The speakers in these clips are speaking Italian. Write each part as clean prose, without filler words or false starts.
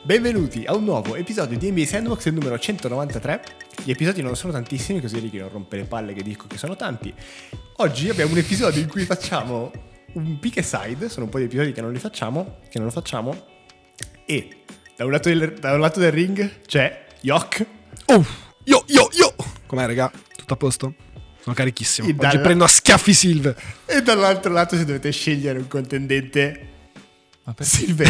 Benvenuti a un nuovo episodio di NBA Sandbox, il numero 193. Gli episodi non sono tantissimi, così Ricky non rompe le palle che dico che sono tanti. Oggi abbiamo un episodio in cui facciamo un pick and side. Sono un po' di episodi che non lo facciamo. E da un lato del ring c'è Yok. Io. Com'è, raga? Tutto a posto? Sono carichissimo. Oggi prendo a schiaffi Silve. E dall'altro lato, se dovete scegliere un contendente, Silve.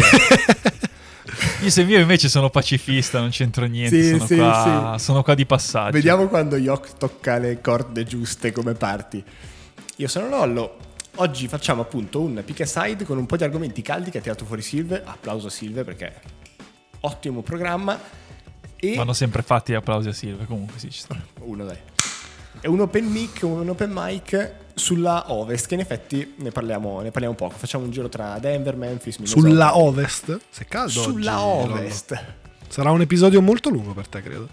Io invece sono pacifista, non c'entro niente, sono qua di passaggio. Vediamo quando Yok tocca le corde giuste come parti. Io sono Lollo. Oggi facciamo appunto un pick and side con un po' di argomenti caldi che ha tirato fuori Silve. Applauso a Silve perché ottimo programma. E vanno sempre fatti applausi a Silve, comunque sì, ci sta. Uno dai. E un open mic sulla Ovest, che in effetti ne parliamo poco. Facciamo un giro tra Denver, Memphis, Minnesota. Sulla Ovest? Se è caldo sulla oggi, Ovest. Lollo. Sarà un episodio molto lungo per te, credo.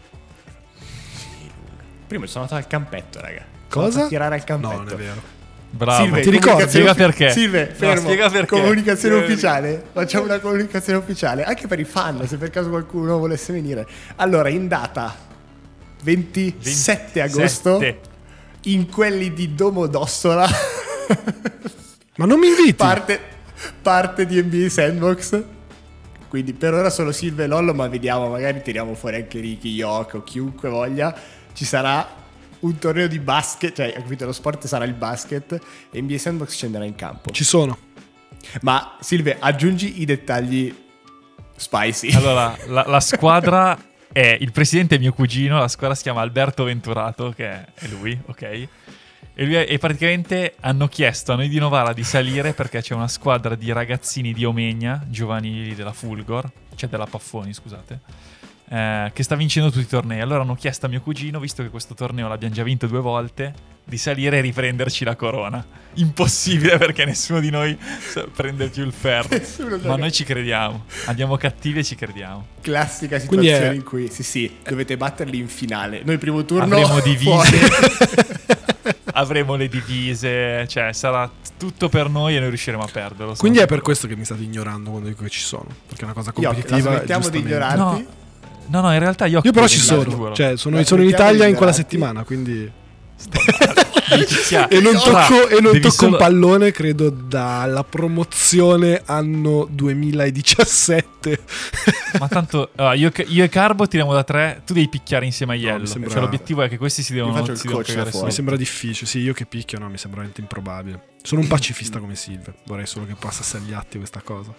Prima sono andato al campetto, raga. Cosa? Sono andato a tirare al campetto. No, non è vero. Bravo. Silve, ti ricordi? Spiega perché. Silve, fermo. Spiega perché. Comunicazione ufficiale. Facciamo una comunicazione ufficiale anche per i fan, se per caso qualcuno volesse venire. Allora, in data 27 agosto, in quelli di Domodossola, Ma non mi inviti? parte di NBA Sandbox. Quindi per ora solo Silve e Lollo, ma vediamo, magari tiriamo fuori anche Ricky, Yok o chiunque voglia. Ci sarà un torneo di basket, cioè, capito, lo sport sarà il basket e NBA Sandbox scenderà in campo. Ci sono. Ma Silve, aggiungi i dettagli spicy. Allora, la squadra è il presidente è mio cugino, la squadra si chiama Alberto Venturato, che è lui, ok? E praticamente hanno chiesto a noi di Novara di salire perché c'è una squadra di ragazzini di Omegna, giovanili della Fulgor, cioè della Paffoni, scusate, che sta vincendo tutti i tornei. Allora hanno chiesto a mio cugino, visto che questo torneo l'abbiamo già vinto 2 volte, di salire e riprenderci la corona. Impossibile, perché nessuno di noi prende più il ferro. Ma noi ci crediamo, andiamo cattivi e ci crediamo. Classica situazione in cui sì, dovete batterli in finale. Noi primo turno avremo divise. Avremo le divise, cioè sarà tutto per noi e noi riusciremo a perderlo. Quindi è per questo che mi state ignorando quando dico che ci sono, perché è una cosa competitiva. Smettiamo di ignorarti. No, in realtà io però ci sono, cioè sono in Italia in quella settimana, quindi e non tocco un pallone, credo, dalla promozione anno 2017. Ma tanto io e Carbo tiriamo da 3, tu devi picchiare insieme a Yellow. Cioè l'obiettivo è che questi si devono cagare sotto. Mi sembra difficile, sì, io che picchio no, mi sembra veramente improbabile. Sono un pacifista come Silve, vorrei solo che passasse agli atti questa cosa.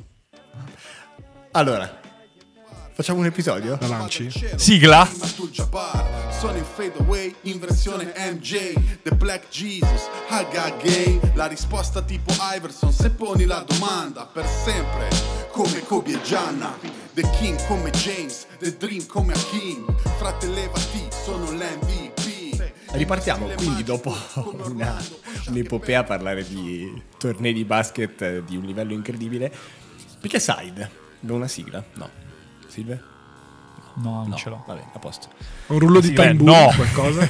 Allora, facciamo un episodio? La lanci? Sigla. Sono in fade away in versione MJ, The Black Jesus, Haga Gay. La risposta tipo Iverson, se poni la domanda, per sempre come Kobe e Gianna. The King come James, The Dream come Hakim. Frate levati, sono l'MVP. Ripartiamo quindi dopo un'epopea a parlare di tornei di basket di un livello incredibile. Pick and side, abbiamo una sigla? No. Silve? No, non ce l'ho. Vabbè, a posto. Un rullo di tamburo, qualcosa?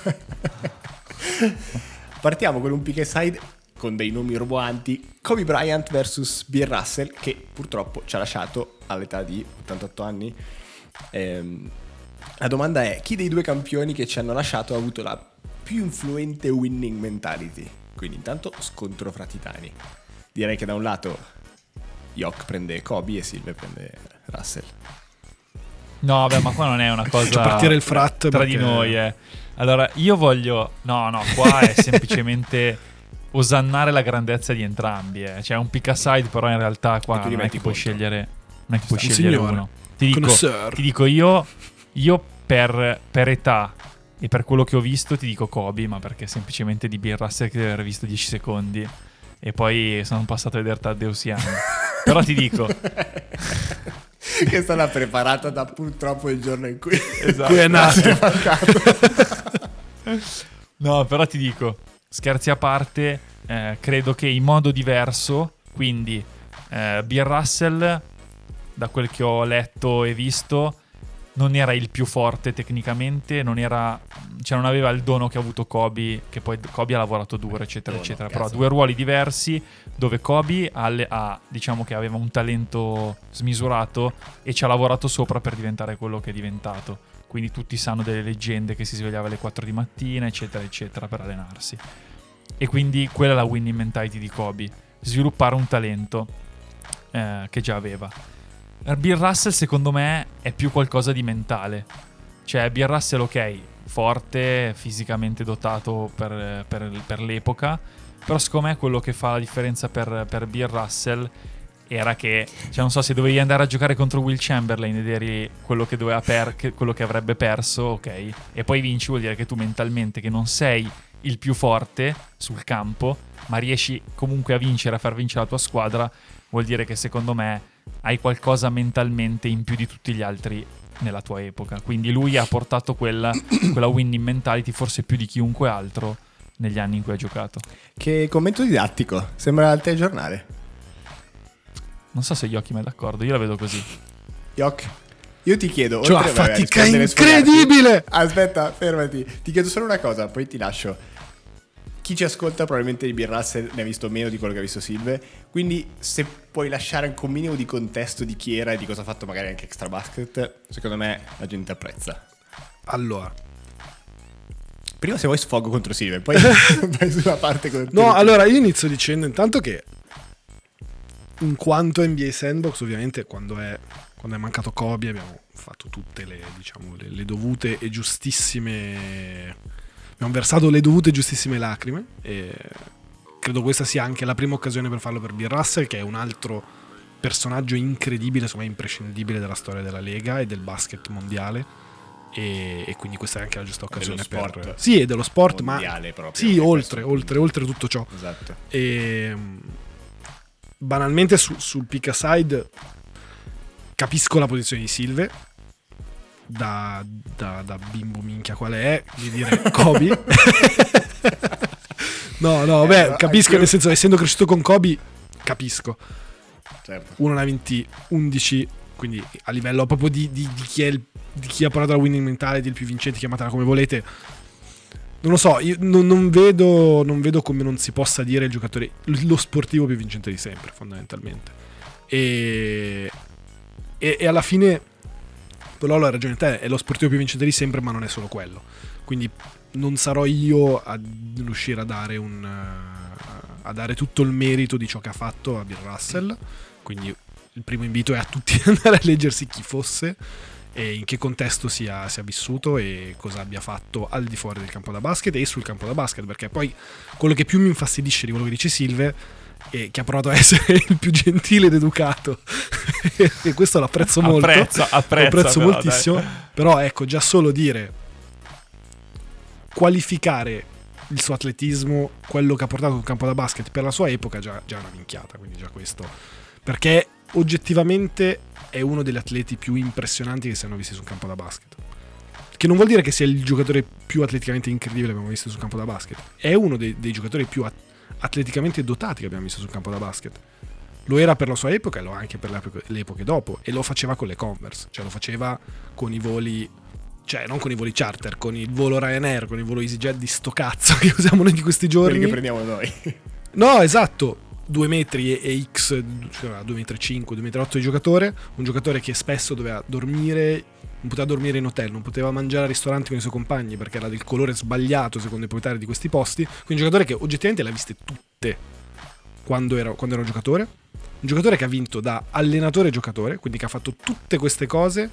Partiamo con un pick and side con dei nomi roboanti. Kobe Bryant vs Bill Russell, che purtroppo ci ha lasciato all'età di 88 anni. La domanda è: chi dei 2 campioni che ci hanno lasciato ha avuto la più influente winning mentality? Quindi intanto scontro fra titani. Direi che da un lato Yok prende Kobe e Silve prende Russell. No, vabbè, ma qua non è una cosa. Faccio partire il frat tra perché... di noi. Allora, io voglio. No, qua è semplicemente osannare la grandezza di entrambi. Cioè, un pick aside, però in realtà qua non è che puoi scegliere. Non è che puoi scegliere uno. Ti dico io per età e per quello che ho visto ti dico Kobe, ma perché semplicemente di Bill Russell che deve aver visto 10 secondi e poi sono passato a vedere Tadeusz Young. Però ti dico che è stata preparata da purtroppo il giorno in cui, cui è nato. No, però ti dico, scherzi a parte, credo che in modo diverso, quindi Bill Russell, da quel che ho letto e visto, non era il più forte tecnicamente, non era cioè non aveva il dono che ha avuto Kobe, che poi Kobe ha lavorato duro, eccetera, eccetera. Però due ruoli diversi, dove Kobe diciamo che aveva un talento smisurato e ci ha lavorato sopra per diventare quello che è diventato. Quindi tutti sanno delle leggende che si svegliava alle 4 di mattina, eccetera, eccetera, per allenarsi. E quindi quella è la winning mentality di Kobe, sviluppare un talento che già aveva. Bill Russell secondo me è più qualcosa di mentale. Cioè Bill Russell, ok, forte, fisicamente dotato per l'epoca, però secondo me quello che fa la differenza per Bill Russell era che, cioè non so, se dovevi andare a giocare contro Will Chamberlain ed eri quello che doveva quello che avrebbe perso, ok, e poi vinci, vuol dire che tu mentalmente, che non sei il più forte sul campo, ma riesci comunque a vincere, a far vincere la tua squadra, vuol dire che secondo me hai qualcosa mentalmente in più di tutti gli altri nella tua epoca. Quindi lui ha portato quella winning mentality forse più di chiunque altro negli anni in cui ha giocato. Che commento didattico, sembra al telegiornale. Non so se Joachim è d'accordo, io la vedo così. Joch, io ti chiedo, C'è una oltre a fatica rispondere incredibile! Aspetta, fermati. Ti chiedo solo una cosa, poi ti lascio. Chi ci ascolta probabilmente di Bill Russell ne ha visto meno di quello che ha visto Silve. Quindi se puoi lasciare anche un minimo di contesto di chi era e di cosa ha fatto magari anche Extra Basket, secondo me la gente apprezza. Allora, prima se vuoi sfogo contro Silve, poi vai sulla parte contro. no, allora io inizio dicendo intanto che in quanto NBA Sandbox, ovviamente quando è mancato Kobe abbiamo fatto tutte le dovute e giustissime, abbiamo versato le dovute e giustissime lacrime, e credo questa sia anche la prima occasione per farlo per Bill Russell, che è un altro personaggio incredibile, secondo me imprescindibile della storia della Lega e del basket mondiale, e quindi questa è anche la giusta occasione dello sport. Sì, è dello sport, mondiale, ma proprio, sì, oltre tutto ciò. Esatto. E banalmente sul pick aside capisco la posizione di Silve da bimbo minchia quale è di dire Kobe. no vabbè, capisco, nel senso, essendo cresciuto con Kobe capisco, Certo. uno ne ha vinti 11, quindi a livello proprio di chi ha portato la winning mentality, il più vincente, chiamatela come volete. Non lo so, io non vedo come non si possa dire il giocatore, lo sportivo più vincente di sempre, fondamentalmente. E alla fine, però la ragione te, è lo sportivo più vincente di sempre, ma non è solo quello. Quindi non sarò io a riuscire a dare tutto il merito di ciò che ha fatto a Bill Russell. Quindi il primo invito è a tutti andare a leggersi chi fosse e in che contesto sia vissuto e cosa abbia fatto al di fuori del campo da basket e sul campo da basket, perché poi quello che più mi infastidisce di quello che dice Silve è che ha provato a essere il più gentile ed educato e questo l'apprezzo molto, apprezzo però, moltissimo, però ecco, già solo qualificare il suo atletismo, quello che ha portato sul campo da basket per la sua epoca, già è una minchiata, quindi già questo, perché oggettivamente è uno degli atleti più impressionanti che si hanno visti sul campo da basket, che non vuol dire che sia il giocatore più atleticamente incredibile che abbiamo visto sul campo da basket, è uno dei giocatori più atleticamente dotati che abbiamo visto sul campo da basket. Lo era per la sua epoca e lo è anche per le epoche dopo, e lo faceva con le Converse, cioè lo faceva con i voli, cioè non con i voli charter, con il volo Ryanair, con il volo EasyJet di sto cazzo che usiamo noi di questi giorni, quelli che prendiamo noi. No, esatto, 2 metri e X, cioè 2 metri 5, 2 metri 8 di giocatore, un giocatore che spesso doveva dormire, non poteva dormire in hotel, non poteva mangiare al ristorante con i suoi compagni perché era del colore sbagliato secondo i proprietari di questi posti, quindi un giocatore che oggettivamente le ha viste tutte quando era un giocatore, un giocatore che ha vinto da allenatore giocatore, quindi che ha fatto tutte queste cose.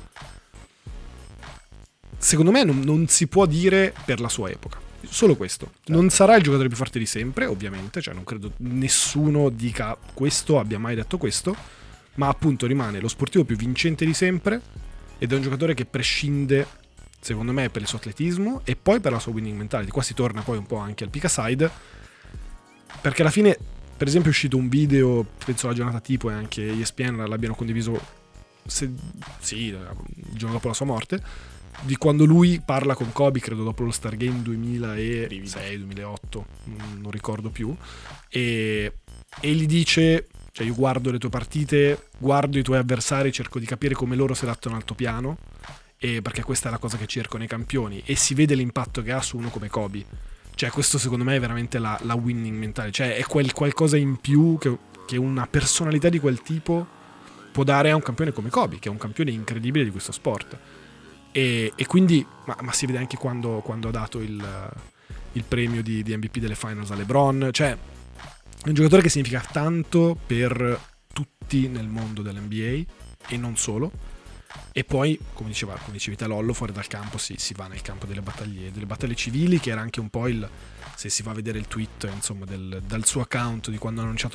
Secondo me non si può dire per la sua epoca. Solo questo. Certo. Non sarà il giocatore più forte di sempre, ovviamente, cioè non credo nessuno dica questo, abbia mai detto questo, ma appunto rimane lo sportivo più vincente di sempre ed è un giocatore che prescinde, secondo me, per il suo atletismo e poi per la sua winning mentality. Qua si torna poi un po' anche al pick aside, perché alla fine, per esempio, è uscito un video, penso la giornata tipo, e anche ESPN l'abbiano condiviso, il giorno dopo la sua morte, di quando lui parla con Kobe, credo dopo lo Stargame 2006-2008, non ricordo più, e gli dice, cioè io guardo le tue partite, guardo i tuoi avversari, cerco di capire come loro si adattano al tuo piano e perché questa è la cosa che cercano i campioni, e si vede l'impatto che ha su uno come Kobe. Cioè questo secondo me è veramente la winning mentale, cioè è quel qualcosa in più che una personalità di quel tipo può dare a un campione come Kobe, che è un campione incredibile di questo sport. E quindi ma si vede anche quando ha dato il premio di MVP delle finals a LeBron. Cioè è un giocatore che significa tanto per tutti nel mondo dell'NBA e non solo. E poi, come dicevi te Lollo, fuori dal campo si va nel campo delle battaglie civili, che era anche un po' se si va a vedere il tweet, insomma, dal suo account di quando ha annunciato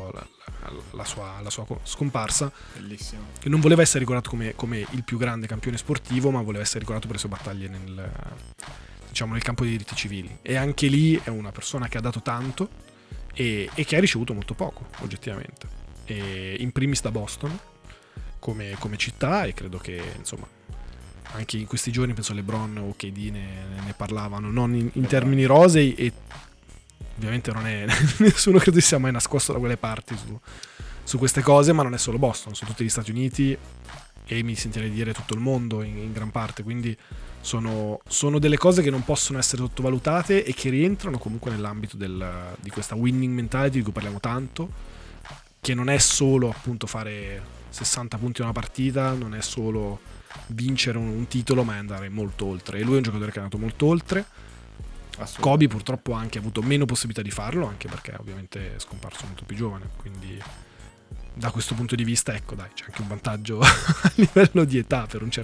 la sua scomparsa. Bellissimo. Che non voleva essere ricordato come il più grande campione sportivo, ma voleva essere ricordato per le sue battaglie nel campo dei diritti civili. E anche lì è una persona che ha dato tanto e che ha ricevuto molto poco, oggettivamente. E in primis da Boston come città, e credo che insomma anche in questi giorni penso LeBron o KD ne parlavano, non in termini rosei, e ovviamente non è nessuno credo si sia mai nascosto da quelle parti su queste cose, ma non è solo Boston, sono tutti gli Stati Uniti e mi sentirei dire tutto il mondo in gran parte, quindi sono delle cose che non possono essere sottovalutate e che rientrano comunque nell'ambito di questa winning mentality di cui parliamo tanto, che non è solo appunto fare 60 punti in una partita, non è solo vincere un titolo, ma è andare molto oltre, e lui è un giocatore che è andato molto oltre. Kobe purtroppo ha anche avuto meno possibilità di farlo, anche perché ovviamente è scomparso molto più giovane, quindi da questo punto di vista ecco dai, c'è anche un vantaggio a livello di età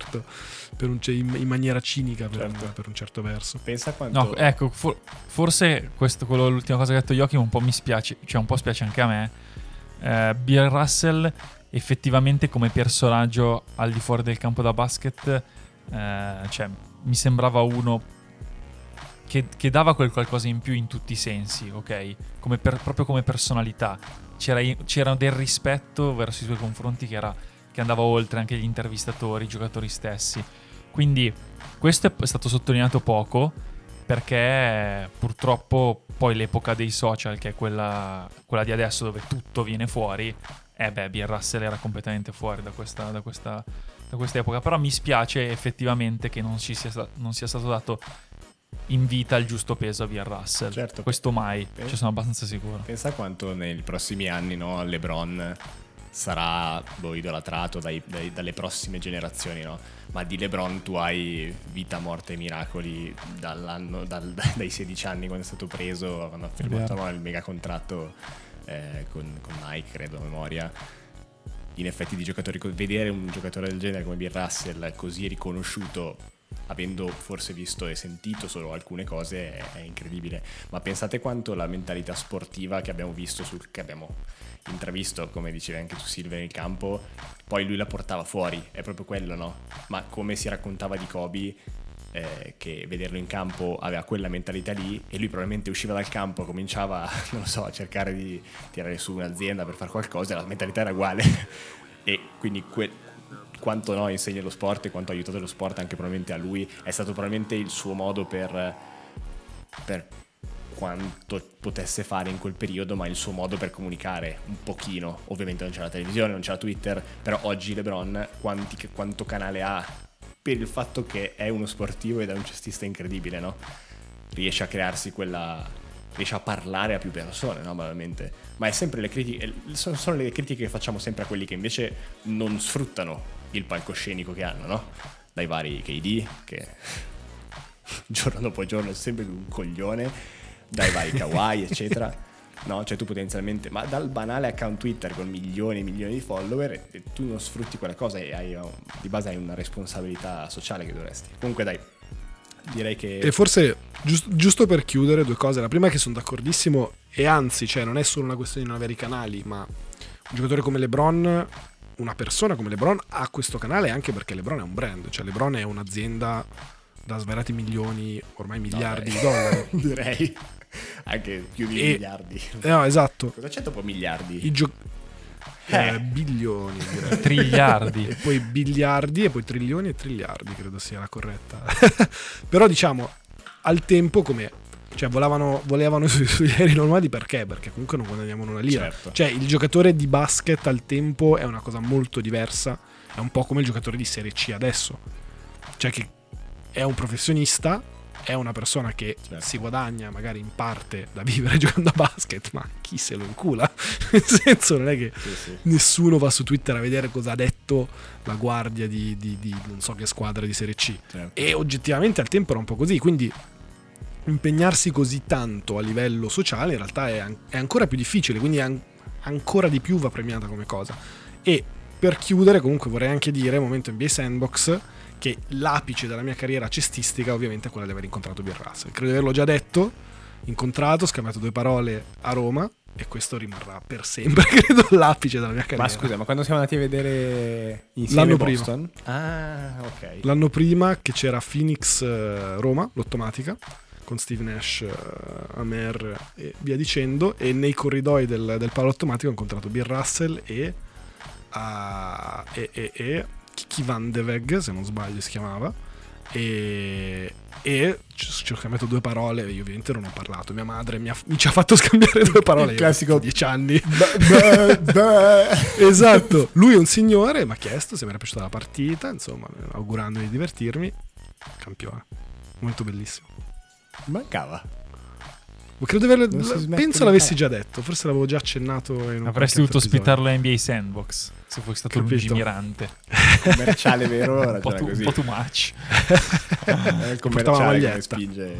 in maniera cinica per un certo verso. Pensa quanto... No, ecco, forse l'ultima cosa che ha detto Joachim un po' mi spiace, cioè un po' spiace anche a me. Bill Russell effettivamente come personaggio al di fuori del campo da basket, cioè mi sembrava uno che dava quel qualcosa in più in tutti i sensi, ok? Proprio come personalità c'era del rispetto verso i suoi confronti che andava oltre anche gli intervistatori, i giocatori stessi. Quindi questo è stato sottolineato poco, perché purtroppo poi l'epoca dei social, che è quella di adesso dove tutto viene fuori, Bill Russell era completamente fuori da questa epoca. Però mi spiace effettivamente che non sia stato dato in vita il giusto peso a Bill Russell. Certo. Questo mai, ci sono abbastanza sicuro. Pensa quanto nei prossimi anni, no, LeBron sarà idolatrato dalle prossime generazioni, no? Ma di LeBron tu hai vita, morte e miracoli dai 16 anni, quando è stato preso, quando ha firmato il mega contratto con Nike, credo, a memoria. In effetti vedere un giocatore del genere come Bill Russell così riconosciuto, avendo forse visto e sentito solo alcune cose, è incredibile. Ma pensate quanto la mentalità sportiva che abbiamo visto, che abbiamo intravisto, come dicevi anche tu Silvia, nel campo, poi lui la portava fuori, è proprio quello, no? Ma come si raccontava di Kobe, che vederlo in campo aveva quella mentalità lì, e lui probabilmente usciva dal campo, cominciava, non lo so, a cercare di tirare su un'azienda per fare qualcosa, e la mentalità era uguale. E quindi quanto no insegna lo sport e quanto ha aiutato lo sport anche probabilmente a lui, è stato probabilmente il suo modo per quanto potesse fare in quel periodo, ma il suo modo per comunicare un pochino. Ovviamente non c'è la televisione, non c'è la Twitter, però oggi LeBron quanto canale ha, per il fatto che è uno sportivo ed è un cestista incredibile, no? Riesce a crearsi riesce a parlare a più persone, no? Banalmente. Ma è sempre le critiche, sono le critiche che facciamo sempre a quelli che invece non sfruttano il palcoscenico che hanno, no? Dai vari KD, che giorno dopo giorno è sempre più un coglione, dai vari Kawhi, eccetera, no? Cioè tu potenzialmente, ma dal banale account Twitter con milioni e milioni di follower, e tu non sfrutti quella cosa, e di base hai una responsabilità sociale che dovresti. Comunque dai, direi che... E forse, giusto per chiudere, due cose. La prima è che sono d'accordissimo, e anzi, cioè non è solo una questione di non avere i canali, ma un giocatore come LeBron, una persona come LeBron ha questo canale anche perché LeBron è un brand, cioè LeBron è un'azienda da svariati milioni, ormai miliardi di dollari. Direi anche più di miliardi. No, esatto. Cosa c'è dopo miliardi? Bilioni, direi. Triliardi. E poi biliardi, e poi trilioni e triliardi, credo sia la corretta. Però diciamo, al tempo cioè volevano sugli aerei normali, perché comunque non guadagniamo una lira. Certo. Cioè il giocatore di basket al tempo è una cosa molto diversa, è un po' come il giocatore di Serie C adesso, cioè che è un professionista, è una persona che Certo. si guadagna magari in parte da vivere giocando a basket, ma chi se lo incula? Nel senso, non è che Sì. nessuno va su Twitter a vedere cosa ha detto la guardia di non so che squadra di Serie C. Certo. E oggettivamente al tempo era un po' così, quindi impegnarsi così tanto a livello sociale in realtà è ancora più difficile, quindi ancora di più va premiata come cosa. E per chiudere comunque vorrei anche dire, momento NBA Sandbox, che l'apice della mia carriera cestistica ovviamente è quella di aver incontrato Bill Russell. Credo di averlo già detto, incontrato, scambiato 2 parole a Roma, e questo rimarrà per sempre, credo, l'apice della mia carriera. Ma scusa, ma quando siamo andati a vedere insieme L'anno prima. Boston? Ah, ok. L'anno prima che c'era Phoenix Roma, l'ottomatica, con Steve Nash, Amer e via dicendo, e nei corridoi del palo automatico ho incontrato Bill Russell e Kiki Van de Weg, se non sbaglio si chiamava, e ci ho scambiato 2 parole. Io ovviamente non ho parlato, mia madre mi ci ha fatto scambiare 2 parole. Il classico 10 anni. Beh. Esatto, lui è un signore, mi ha chiesto se mi era piaciuta la partita, insomma, augurandomi di divertirmi. Campione, molto bellissimo. Mancava. Ma credo di averlo, Non si smette penso di l'avessi fare. già detto, forse l'avevo già accennato in un Avresti qualche dovuto altro episodio. ospitarlo a NBA Sandbox se fossi stato Capito. lungimirante. Commerciale vero, Un po' ragiona così. too much. Il Portava commerciale che maglietta. spinge.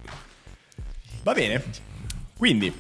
Va bene. Quindi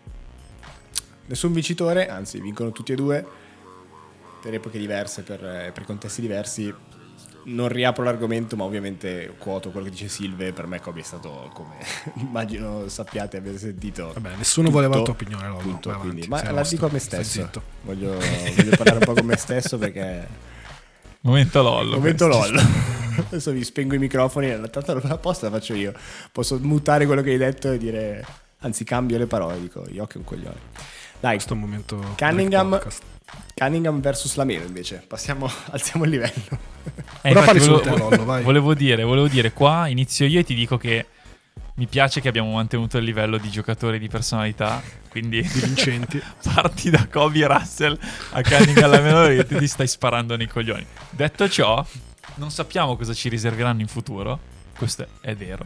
nessun vincitore, anzi vincono tutti e 2 per epoche diverse, per contesti diversi. Non riapro l'argomento, ma ovviamente quoto quello che dice Silve. Per me Kobe è stato, come immagino sappiate, avete sentito. Vabbè, nessuno voleva la tua opinione, Lollo. Tutto, Vai avanti, quindi. Ma sei la nostro. dico a me Stai stesso. zitto. Voglio parlare un po' con me stesso perché Momento lollo. momento questo. LOL. Adesso vi spengo i microfoni, tanto la posta la faccio io. Posso mutare quello che hai detto e dire, anzi cambio le parole, dico Ioc è un coglione. Dai, Questo è un momento Cunningham. break podcast. Cunningham versus Lamelo invece. Alziamo il livello. Ora Infatti parli su te, Lollo, vai. volevo dire, qua inizio io e ti dico che mi piace che abbiamo mantenuto il livello di giocatori di personalità, quindi Di vincenti. parti da Kobe Russell a Cunningham alla Melo e ti stai sparando nei coglioni. Detto ciò, non sappiamo cosa ci riserveranno in futuro, questo è vero.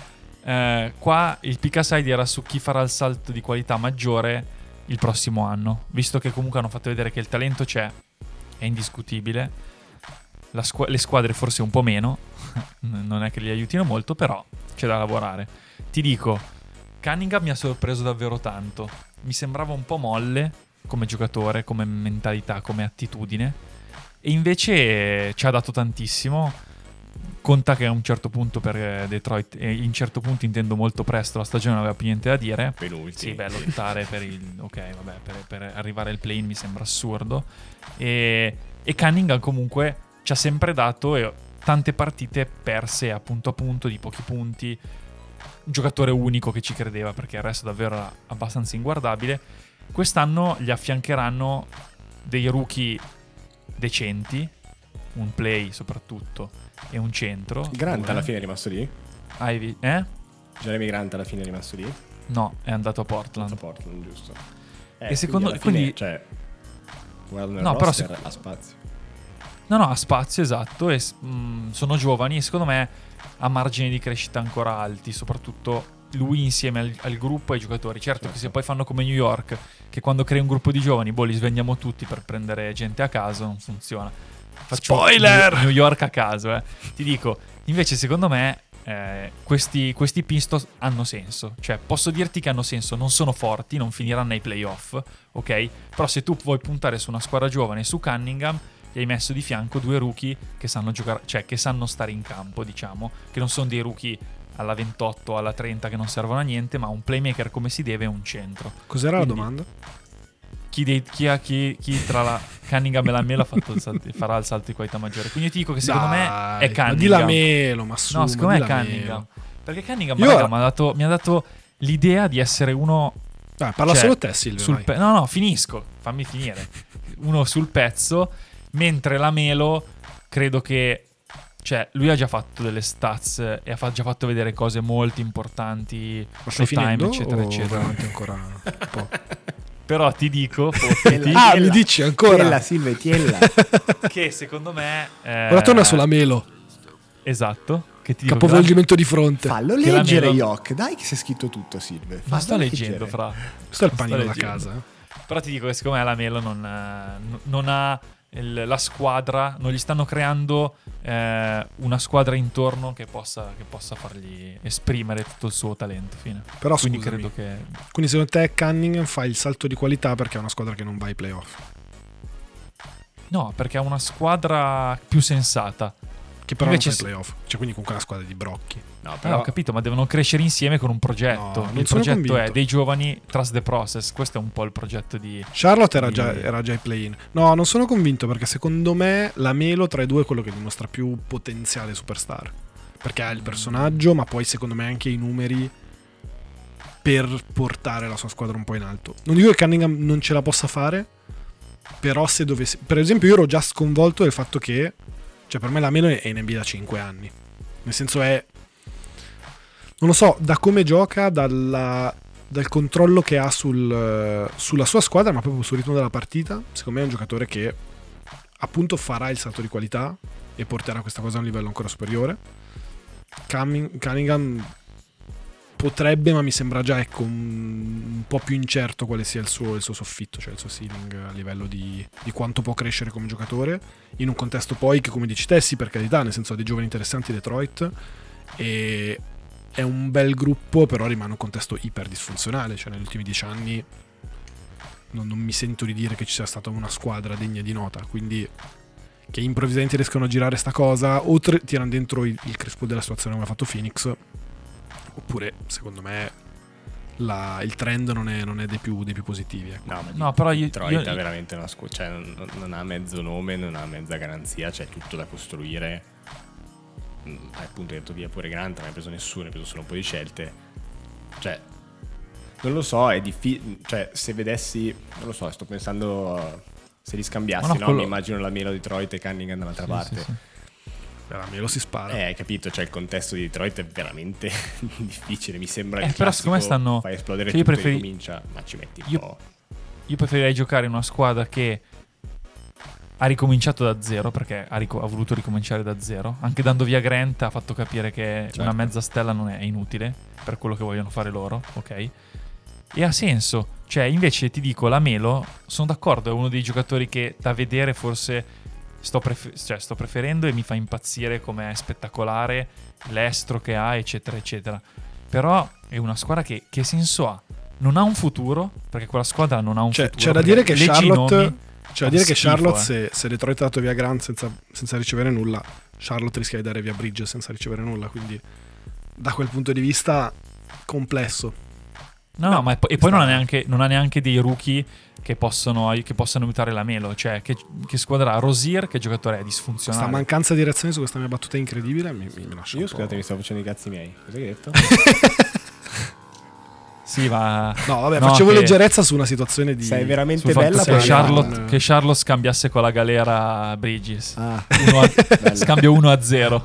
Qua il pick aside era su chi farà il salto di qualità maggiore il prossimo anno, visto che comunque hanno fatto vedere che il talento c'è, è indiscutibile. Le squadre forse un po' meno, non è che li aiutino molto, però c'è da lavorare. Ti dico, Cunningham mi ha sorpreso davvero tanto. Mi sembrava un po' molle come giocatore, come mentalità, come attitudine, e invece ci ha dato tantissimo. Conta che a un certo punto per Detroit, e in certo punto intendo molto presto, la stagione non aveva più niente da dire. Sì, beh, lottare per il per arrivare al play-in mi sembra assurdo. E Cunningham comunque ci ha sempre dato tante partite perse a punto di pochi punti. Un giocatore unico che ci credeva, perché il resto davvero era abbastanza inguardabile. Quest'anno gli affiancheranno dei rookie decenti, un play soprattutto e un centro. Grant due. alla fine è rimasto lì? Ivy, Jeremy Grant alla fine è rimasto lì? No, è andato a A Portland. Portland, giusto. E secondo- alla fine, quindi- cioè, guarda nel No, però roster, ha spazio. No, ha spazio, esatto, e sono giovani e secondo me ha margini di crescita ancora alti, soprattutto lui insieme al gruppo e ai giocatori. Certo che se poi fanno come New York, che quando crei un gruppo di giovani, li svegliamo tutti per prendere gente a caso, non funziona. Faccio Spoiler! New York a caso, Ti dico, invece secondo me questi Pistons hanno senso. Cioè, posso dirti che hanno senso, non sono forti, non finiranno ai playoff, ok? Però se tu vuoi puntare su una squadra giovane, su Cunningham, gli hai messo di fianco 2 rookie che sanno giocare, cioè che sanno stare in campo, diciamo, che non sono dei rookie alla 28, alla 30 che non servono a niente, ma un playmaker come si deve e un centro. Cos'era Quindi, la domanda? Chi tra la Cunningham e la Melo farà il salto di qualità maggiore? Quindi io ti dico che secondo me Dai, è Cunningham. Ma di la Melo, ma su, No, secondo me è di la Cunningham. Melo. Perché Cunningham Io- raga, mi ha dato l'idea di essere uno Dai, parla cioè, solo te, Silvio. vai. no, finisco. Fammi finire. Uno sul pezzo, mentre la Melo credo che, cioè, lui ha già fatto delle stats e ha già fatto vedere cose molto importanti, Ma stai showtime, finendo eccetera, o eccetera. vai avanti ancora un po'? Però ti dico, fottiti, Ah, mi dici ancora? Tiella, Silve, tiella. che secondo me Ora torna sulla Melo. Esatto. Che ti dico, Capovolgimento di fronte. Fallo Che la leggere, Melo- Yok. Dai che sei scritto tutto, Silve. Ma sto Fallo leggendo, leggere. fra. Questo è il Sto panino da leggendo. casa. Però ti dico che secondo me la Melo non ha la squadra, non gli stanno creando una squadra intorno che possa fargli esprimere tutto il suo talento. Fine. Però Quindi scusami. credo che Quindi secondo te Cunningham fa il salto di qualità perché è una squadra che non va ai playoff? no, perché ha una squadra più sensata. Che però Invece non fa i playoff. Cioè quindi comunque una squadra di brocchi. No, Però ho capito, ma devono crescere insieme con un progetto. No, non il sono progetto convinto. è dei giovani trust the process. Questo è un po' il progetto di Charlotte era Sì. già ai play-in. No, non sono convinto perché secondo me la Melo tra i due è quello che dimostra più potenziale superstar. Perché ha il personaggio, ma poi secondo me anche i numeri per portare la sua squadra un po' in alto. Non dico che Cunningham non ce la possa fare, però se dovessi... Per esempio io ero già sconvolto del fatto che... Cioè per me la Melo è in NBA da 5 anni. Nel senso è... Non lo so, da come gioca, dal controllo che ha sulla sua squadra, ma proprio sul ritmo della partita, secondo me è un giocatore che appunto farà il salto di qualità e porterà questa cosa a un livello ancora superiore. Cunningham potrebbe, ma mi sembra già un po' più incerto quale sia il suo soffitto, cioè il suo ceiling a livello di quanto può crescere come giocatore in un contesto poi che, come dici te, sì, per carità, nel senso ha dei giovani interessanti, Detroit, e è un bel gruppo, però rimane un contesto iper disfunzionale, cioè negli ultimi 10 anni non mi sento di dire che ci sia stata una squadra degna di nota, quindi che improvvisamente riescono a girare sta cosa o tirano dentro il Chris Paul della situazione come ha fatto Phoenix, oppure secondo me il trend non è dei più positivi, ecco. No, ma No, però Detroit è veramente una squadra, cioè non ha mezzo nome, non ha mezza garanzia, c'è tutto da costruire. Appunto hai detto via pure Grant, non hai preso nessuno, hai preso solo un po' di scelte. Cioè non lo so, è difficile, cioè se vedessi, non lo so, sto pensando se li scambiassi, Ma no, no? quello- Mi immagino la Melo Detroit e Cunningham dall'altra parte. sì. A me lo si spara. Hai capito, cioè il contesto di Detroit è veramente difficile, mi sembra il però classico, secondo me stanno- fai esplodere cioè io tutto e preferi- ricomincia, ma ci metti un Io- po'. Io preferirei giocare in una squadra che ha ricominciato da zero, perché ha voluto ricominciare da zero. Anche dando via Grant ha fatto capire che Certo. una mezza stella non è inutile per quello che vogliono fare loro, ok? E ha senso. Cioè, invece ti dico, la Melo, sono d'accordo, è uno dei giocatori che da vedere forse sto preferendo e mi fa impazzire, com'è spettacolare, l'estro che ha, eccetera, eccetera. Però è una squadra che senso ha? Non ha un futuro, perché quella squadra non ha un futuro. C'è da dire che Leggi i Charlotte nomi, C'è da fa dire che schifo, Charlotte, se Detroit ha dato via Grant senza ricevere nulla, Charlotte rischia di dare via Bridges senza ricevere nulla, quindi da quel punto di vista complesso. No, ma e poi non ha neanche dei rookie che possono aiutare la Melo. Cioè, che squadra ha? Rosier, che giocatore è disfunzionale. Questa mancanza di reazione su questa mia battuta incredibile mi lascia Io un po'. scusate, mi stavo facendo i cazzi miei. Cosa hai detto? Sì, ma No, vabbè, no, facevo che- leggerezza su una situazione di... Sei veramente sul fatto bella che per Charlotte, che Charlotte scambiasse con la galera Bridges. Ah, Scambio 1-0.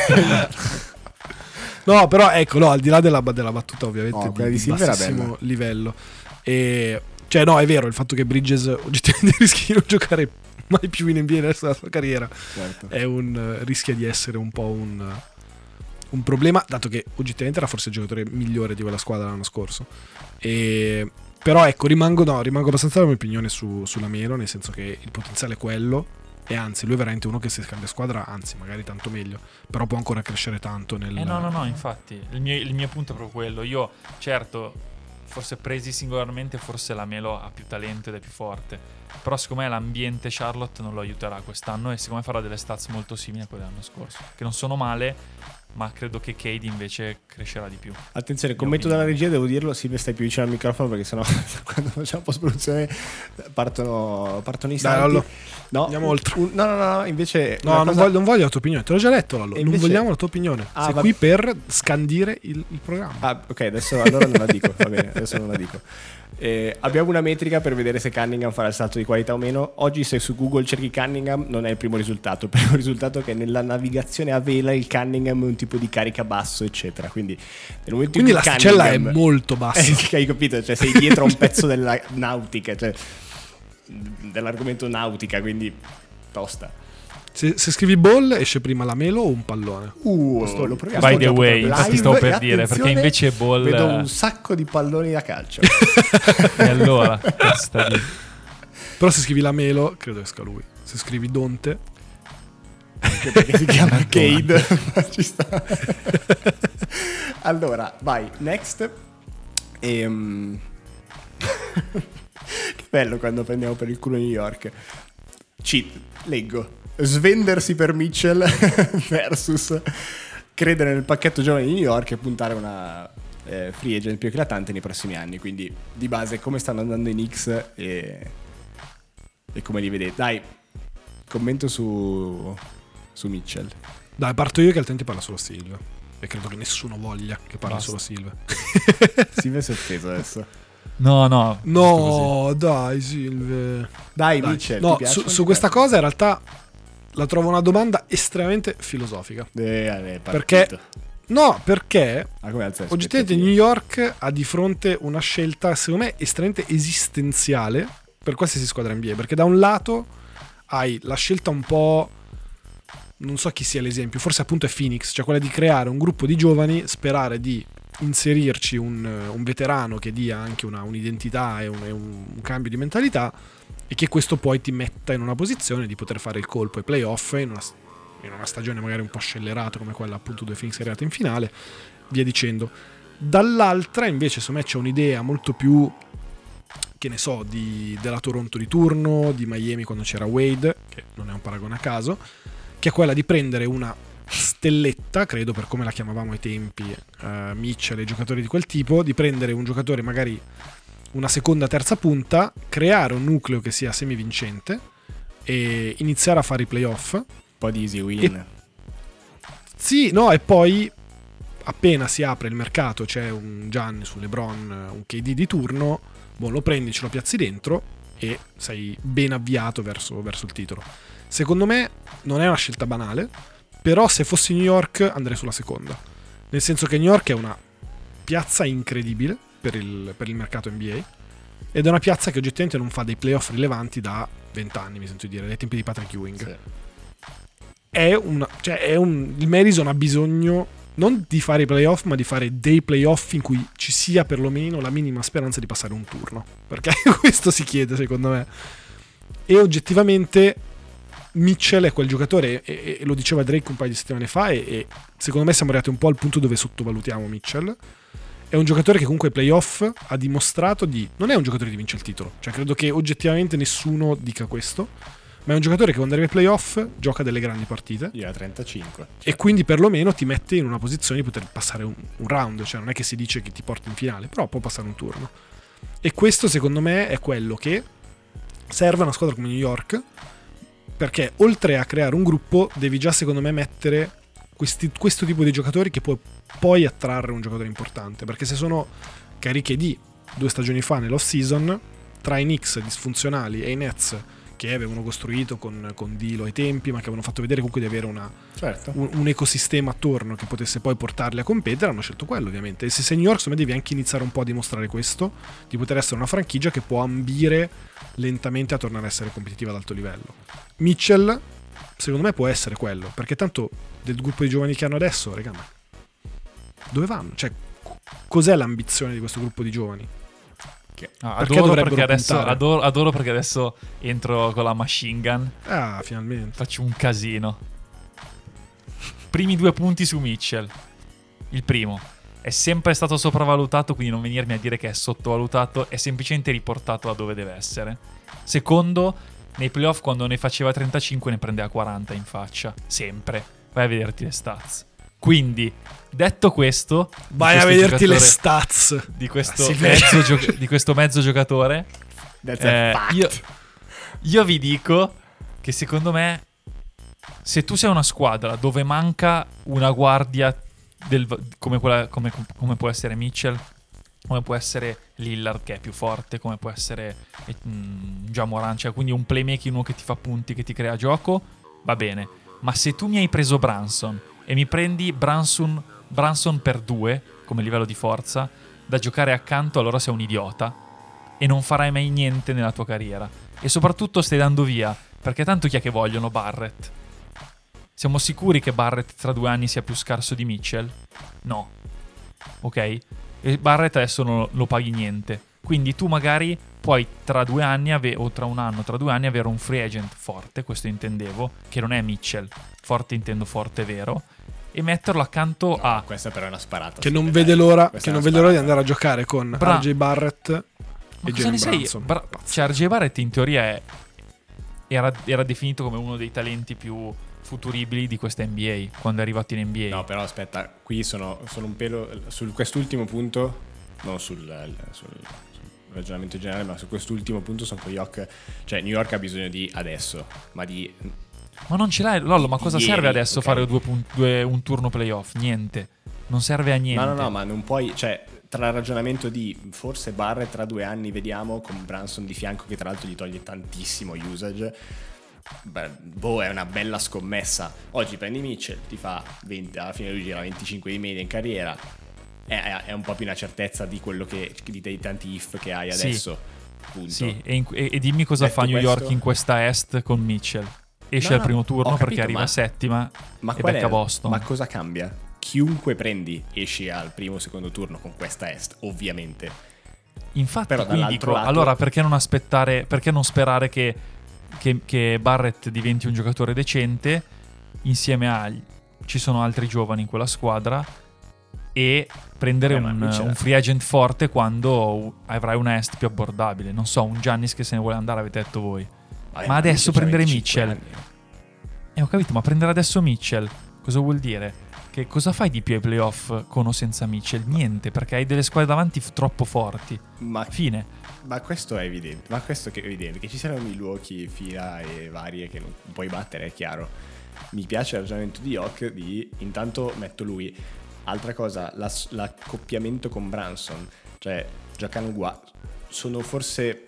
No, però ecco, no, al di là della battuta ovviamente No, quella di di Silver era bassissimo bella. livello. E cioè no, è vero, il fatto che Bridges oggettivamente rischi di non giocare mai più in NBA nel resto della sua carriera certo. è rischia di essere un po' un problema, dato che oggettivamente era forse il giocatore migliore di quella squadra l'anno scorso. Però ecco, rimango abbastanza della mia opinione sulla Melo, nel senso che il potenziale è quello, e anzi lui è veramente uno che se cambia squadra, anzi magari tanto meglio, però può ancora crescere tanto nel... No, infatti. Il mio punto è proprio quello. Io, certo, forse presi singolarmente, forse la Melo ha più talento ed è più forte. Però secondo me l'ambiente Charlotte non lo aiuterà quest'anno e secondo me farà delle stats molto simili a quelle dell'anno scorso. Che non sono male, ma credo che Cade invece crescerà di più. Attenzione, commento dalla regia, devo dirlo, Silvia stai più vicino al microfono perché sennò quando facciamo post-produzione partono i Dai, salti. Lollo, No, andiamo oltre. No, invece No, una non cosa- voglio la tua opinione, te l'ho già letto Lollo. E Non invece- vogliamo la tua opinione. Ah, Sei va- qui per scandire il programma. Ah, ok, adesso allora non la dico, va bene, adesso non la dico. Abbiamo una metrica per vedere se Cunningham farà il salto di qualità o meno. Oggi se su Google cerchi Cunningham non è il primo risultato. Il primo risultato è che nella navigazione a vela il Cunningham è un tipo di carica basso, eccetera. Quindi nel momento Quindi in cui l'asticella è Cunningham- molto bassa. che hai capito? Cioè sei dietro a un pezzo della nautica, cioè dell'argomento nautica, quindi tosta. Se scrivi ball esce prima la melo o un pallone? Questo lo proviamo. By the way, live, infatti stavo per e dire, perché attenzione, invece ball... vedo un sacco di palloni da calcio. E allora, questa lì. Però se scrivi la melo, credo esca lui. Se scrivi Donte, Anche perché si chiama Cade. Ci sta. Allora, vai, next. Che bello quando prendiamo per il culo New York. Leggo. Svendersi per Mitchell versus credere nel pacchetto giovane di New York e puntare a una free agent più eclatante nei prossimi anni. Quindi di base come stanno andando i Knicks e come li vedete. Dai, commento su Mitchell. dai, parto io che altrimenti parla solo Silva. E credo che nessuno voglia che parli Basta. solo Silva. Silve si è offeso adesso. No. No, dai, Silve. Dai, Dai. Mitchell, No, ti piace o non su ti questa piace? cosa in realtà la trovo una domanda estremamente filosofica. Partito. Perché no, perché Come alza le oggettivamente aspettative? New York ha di fronte una scelta, secondo me, estremamente esistenziale per qualsiasi squadra NBA. Perché da un lato hai la scelta un po', non so chi sia l'esempio, forse appunto è Phoenix, cioè quella di creare un gruppo di giovani, sperare di inserirci un veterano che dia anche un'identità e un cambio di mentalità, e che questo poi ti metta in una posizione di poter fare il colpo ai playoff in una stagione magari un po' scellerata come quella appunto dove Phoenix è arrivata in finale, via dicendo. Dall'altra invece secondo me c'è un'idea molto più, che ne so, della Toronto di turno, di Miami quando c'era Wade, che non è un paragone a caso, che è quella di prendere una stelletta, credo per come la chiamavamo ai tempi, Mitchell e giocatori di quel tipo, di prendere un giocatore magari una seconda, terza punta, creare un nucleo che sia semivincente e iniziare a fare i playoff. Un po' di easy win. Sì, no, e poi appena si apre il mercato, c'è un Giannis, un LeBron, un KD di turno, lo prendi, ce lo piazzi dentro e sei ben avviato verso il titolo. Secondo me non è una scelta banale, però se fossi New York andrei sulla seconda, nel senso che New York è una piazza incredibile per il mercato NBA ed è una piazza che oggettivamente non fa dei playoff rilevanti da 20 anni, mi sento dire, dai tempi di Patrick Ewing. Sì. Il Madison ha bisogno non di fare i playoff, ma di fare dei playoff in cui ci sia perlomeno la minima speranza di passare un turno, perché questo si chiede secondo me. E oggettivamente Mitchell è quel giocatore, e lo diceva Drake un paio di settimane fa, e secondo me siamo arrivati un po' al punto dove sottovalutiamo Mitchell. È un giocatore che comunque ai playoff ha dimostrato non è un giocatore di vince il titolo, cioè credo che oggettivamente nessuno dica questo, ma è un giocatore che quando arriva ai playoff gioca delle grandi partite. Io a 35. E quindi perlomeno ti mette in una posizione di poter passare un round, cioè non è che si dice che ti porti in finale, però può passare un turno. E questo secondo me è quello che serve a una squadra come New York, perché oltre a creare un gruppo devi già secondo me mettere questo tipo di giocatori che può poi attrarre un giocatore importante, perché se sono cariche di 2 stagioni fa nell'off season tra i Knicks disfunzionali e i Nets che avevano costruito con Dilo ai tempi, ma che avevano fatto vedere comunque di avere Certo. un ecosistema attorno che potesse poi portarli a competere, hanno scelto quello ovviamente. E se sei New York, secondo me devi anche iniziare un po' a dimostrare questo, di poter essere una franchigia che può ambire lentamente a tornare a essere competitiva ad alto livello. Mitchell secondo me può essere quello, perché tanto del gruppo di giovani che hanno adesso, raga, ma dove vanno? Cioè, cos'è l'ambizione di questo gruppo di giovani? Perché Adoro perché adesso entro con la machine gun. Ah, finalmente. Faccio un casino. Primi 2 punti su Mitchell. Il primo: è sempre stato sopravvalutato, quindi non venirmi a dire che è sottovalutato, è semplicemente riportato a dove deve essere. Secondo, nei playoff quando ne faceva 35 ne prendeva 40 in faccia. Sempre. Vai a vederti le stats. Quindi, detto questo, vai a vederti le stats di questo, si di questo mezzo giocatore. That's a fact. Io vi dico che secondo me, se tu sei una squadra dove manca una guardia come può essere Mitchell, come può essere Lillard che è più forte, come può essere Ja Morant, cioè quindi un playmaking, uno che ti fa punti, che ti crea gioco, va bene. Ma se tu mi hai preso Brunson e mi prendi Brunson per 2 come livello di forza da giocare accanto, allora sei un idiota e non farai mai niente nella tua carriera. E soprattutto stai dando via, perché tanto chi è che vogliono? Barrett. Siamo sicuri che Barrett tra 2 anni sia più scarso di Mitchell? No. Ok? E Barrett adesso non lo paghi niente. Quindi tu magari puoi tra 2 anni o tra un anno, tra 2 anni avere un free agent forte, questo intendevo, che non è Mitchell. Forte intendo forte vero. E metterlo accanto a... Questa però è una sparata. Che non vede l'ora, Questa che è non una vede l'ora di sparata. andare a giocare con RJ Barrett Ma e cosa ne Jalen sai? Brunson. Cioè RJ Barrett in teoria era definito come uno dei talenti più futuribili di questa NBA quando è arrivato in NBA. No, però aspetta, qui sono un pelo su quest'ultimo punto, non sul ragionamento generale, ma su quest'ultimo punto sono con York. Cioè New York ha bisogno di adesso, ma non ce l'hai, Lollo, ma cosa ieri, serve adesso ok. fare un turno playoff? Niente. Non serve a niente. No, ma non puoi, cioè tra il ragionamento di forse Barrett tra 2 anni vediamo, con Brunson di fianco che tra l'altro gli toglie tantissimo usage. È una bella scommessa. Oggi prendi Mitchell, ti fa 20, alla fine lui gira 25 di media in carriera. È un po' più una certezza di quello che dei tanti if che hai Sì. adesso. Punto. Sì, e dimmi cosa Detto fa New York questo- in questa Est con Mitchell. Esce No, al primo turno ho capito, perché arriva ma- settima Ma e qual becca è? Boston. Ma cosa cambia? Chiunque prendi esci al primo o secondo turno con questa est, ovviamente. Infatti, Però quindi dall'altro dico, lato- allora perché non aspettare, perché non sperare che Barrett diventi un giocatore decente insieme a... Ci sono altri giovani in quella squadra e prendere Ma lui ce l'ha. un free agent forte quando avrai una est più abbordabile. Non so, un Giannis che se ne vuole andare, avete detto voi. Vabbè, Ma adesso Mitchell c'ha prendere 25 Mitchell... anni. Ho capito, ma prendere adesso Mitchell cosa vuol dire? Che cosa fai di più ai playoff con o senza Mitchell? Niente, perché hai delle squadre davanti troppo forti. Ma Fine. Ma questo è evidente, che è evidente che ci siano Milwaukee, fila e varie che non puoi battere, è chiaro. Mi piace il ragionamento di York di intanto metto lui. Altra cosa, l'accoppiamento con Brunson, cioè giocano uguali, sono forse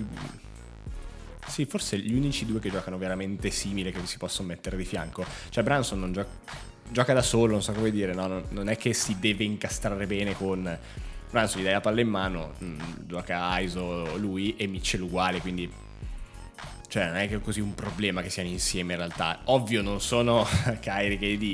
forse gli unici due che giocano veramente simile che si possono mettere di fianco. Cioè Brunson non gioca da solo, non so come dire, no, non è che si deve incastrare bene con Brunson, gli dai la palla in mano, gioca ISO lui e Mitchell uguale, quindi cioè non è che è così un problema che siano insieme in realtà. Ovvio non sono Kyrie KD,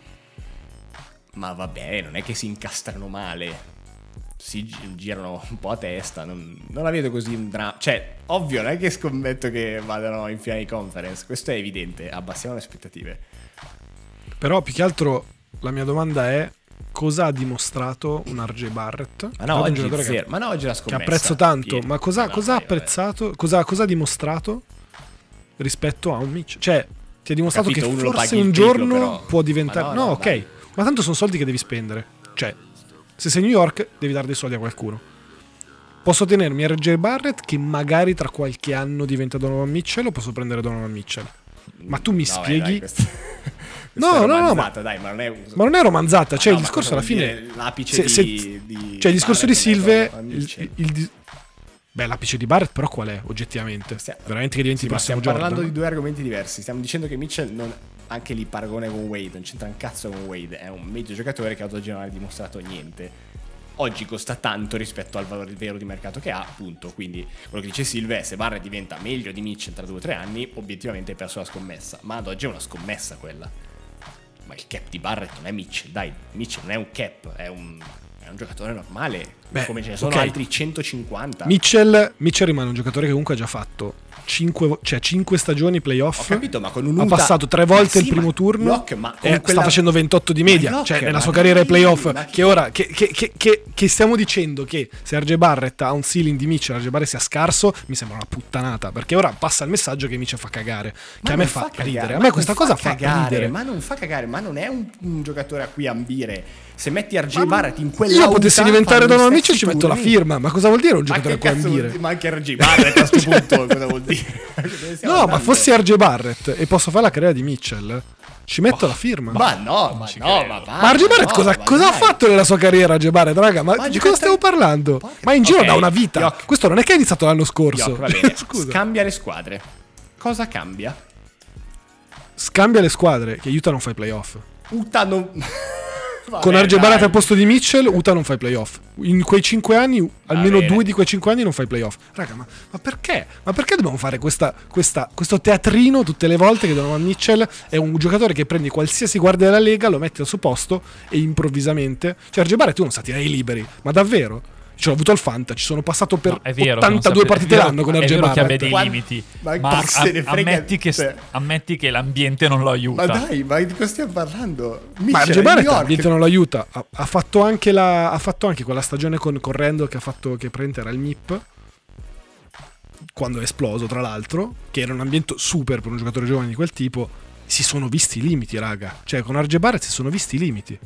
ma vabbè, non è che si incastrano male, si girano un po' a testa, non la vedo così un dramma. Cioè ovvio non è che scommetto che vadano in finale di conference, questo è evidente, abbassiamo le aspettative. Però più che altro la mia domanda è: cosa ha dimostrato un RJ Barrett? Ma no, Un oggi giocatore zero. Ma no, oggi la che scommessa. apprezzo tanto, Piero. ma cosa no, ha vabbè. apprezzato? Cosa ha dimostrato rispetto a un Mitchell? Cioè, ti ha dimostrato Capito, che uno lo forse paghi il un triplo, giorno però. può diventare. Ma No, no, ok, dai. ma tanto sono soldi che devi spendere. Cioè, se sei New York, devi dare dei soldi a qualcuno. Posso tenermi RJ Barrett, che magari tra qualche anno diventa Donovan Mitchell, o posso prendere Donovan Mitchell? Ma tu mi No, spieghi? dai, questa No, è no, no, romanzata, dai, ma non è Ma non è romanzata, cioè no, il ma discorso cosa alla vuol fine. dire l'apice di cioè il discorso di Barrett non è Silve. Donovan Mitchell? Beh, l'apice di Barrett, però qual è oggettivamente? Veramente che diventi Sì, il ma prossimo stiamo Jordan? parlando di due argomenti diversi. Stiamo dicendo che Mitchell non, anche lì paragone con Wade, non c'entra un cazzo con Wade, è un medio giocatore che ad oggi non ha dimostrato niente. Oggi costa tanto rispetto al valore vero di mercato che ha, appunto. Quindi quello che dice Silve è: se Barrett diventa meglio di Mitchell tra 2 o 3 anni, obiettivamente hai perso la scommessa. Ma ad oggi è una scommessa quella. Ma il cap di Barrett non è Mitchell, dai, Mitchell non è un cap, è un giocatore normale. Beh, come ce ne sono ok. altri 150. Mitchell rimane un giocatore che comunque ha già fatto 5 stagioni playoff. Ho capito, ma con un ha Utah- passato 3 volte Ma sì, il primo ma turno York, ma con e quella- sta facendo 28 di media. Ma York, Cioè, nella ma sua carriera ai dai, playoff, ma che ora che stiamo dicendo che se RJ Barrett ha un ceiling di Mitchell, RJ Barrett sia scarso, mi sembra una puttanata. Perché ora passa il messaggio che Mitchell fa cagare. Che a me non fa cagare, ridere. A ma me non questa cosa fa cagare, ridere. ma non fa cagare, ma non è un giocatore a cui ambire. Se metti RJ Ma Barrett in quella io potessi Utah, diventare fanno Donovan gli Mitchell, stessi ci metto la turni. firma. Ma cosa vuol dire un Ma giocatore a che cui cazzo vuol ambire? dire? Ma anche RJ Barrett a questo punto cosa vuol dire? Dove stiamo No, ma andando? fossi RJ Barrett e posso fare la carriera di Mitchell, ci metto la firma. Ma no, ma ci no, credo. ma va. Ma RJ Barrett no, cosa ha dai. fatto nella sua carriera, RJ Barrett, raga? Ma Ma di gioca cosa stiamo tre- parlando? Porca- Ma in giro Ok, da una vita. York. Questo non è che è iniziato l'anno scorso. York, va bene. Scusa. Scambia le squadre. Cosa cambia? Scambia le squadre, che Utah non fa i playoff. Utah non... Con Vabbè, RJ Barrett dai. al posto di Mitchell, Utah non fa i playoff. In quei 5 anni, almeno bene. 2 di quei 5 anni non fai playoff. Raga, ma perché? Ma perché dobbiamo fare questo teatrino tutte le volte che Donovan Mitchell è un giocatore che prendi qualsiasi guardia della Lega, lo metti al suo posto e improvvisamente... Cioè, RJ Barrett tu non sa tirare i liberi, ma davvero? Ce l'ho avuto al Fanta, ci sono passato per No, è vero che non 82 sape- partite è vero- l'anno con è RJ vero che abbia Barrett. dei limiti, Ma ma chi se ne frega te? ammetti che l'ambiente non lo aiuta. Ma dai, ma di cosa stiamo parlando? Ma Mitchell RJ è Barrett New York. l'ambiente non lo aiuta. Ha fatto anche quella stagione con Randall che praticamente era il MIP, quando è esploso tra l'altro, che era un ambiente super per un giocatore giovane di quel tipo. Si sono visti i limiti, raga. Cioè con RJ Barrett si sono visti i limiti.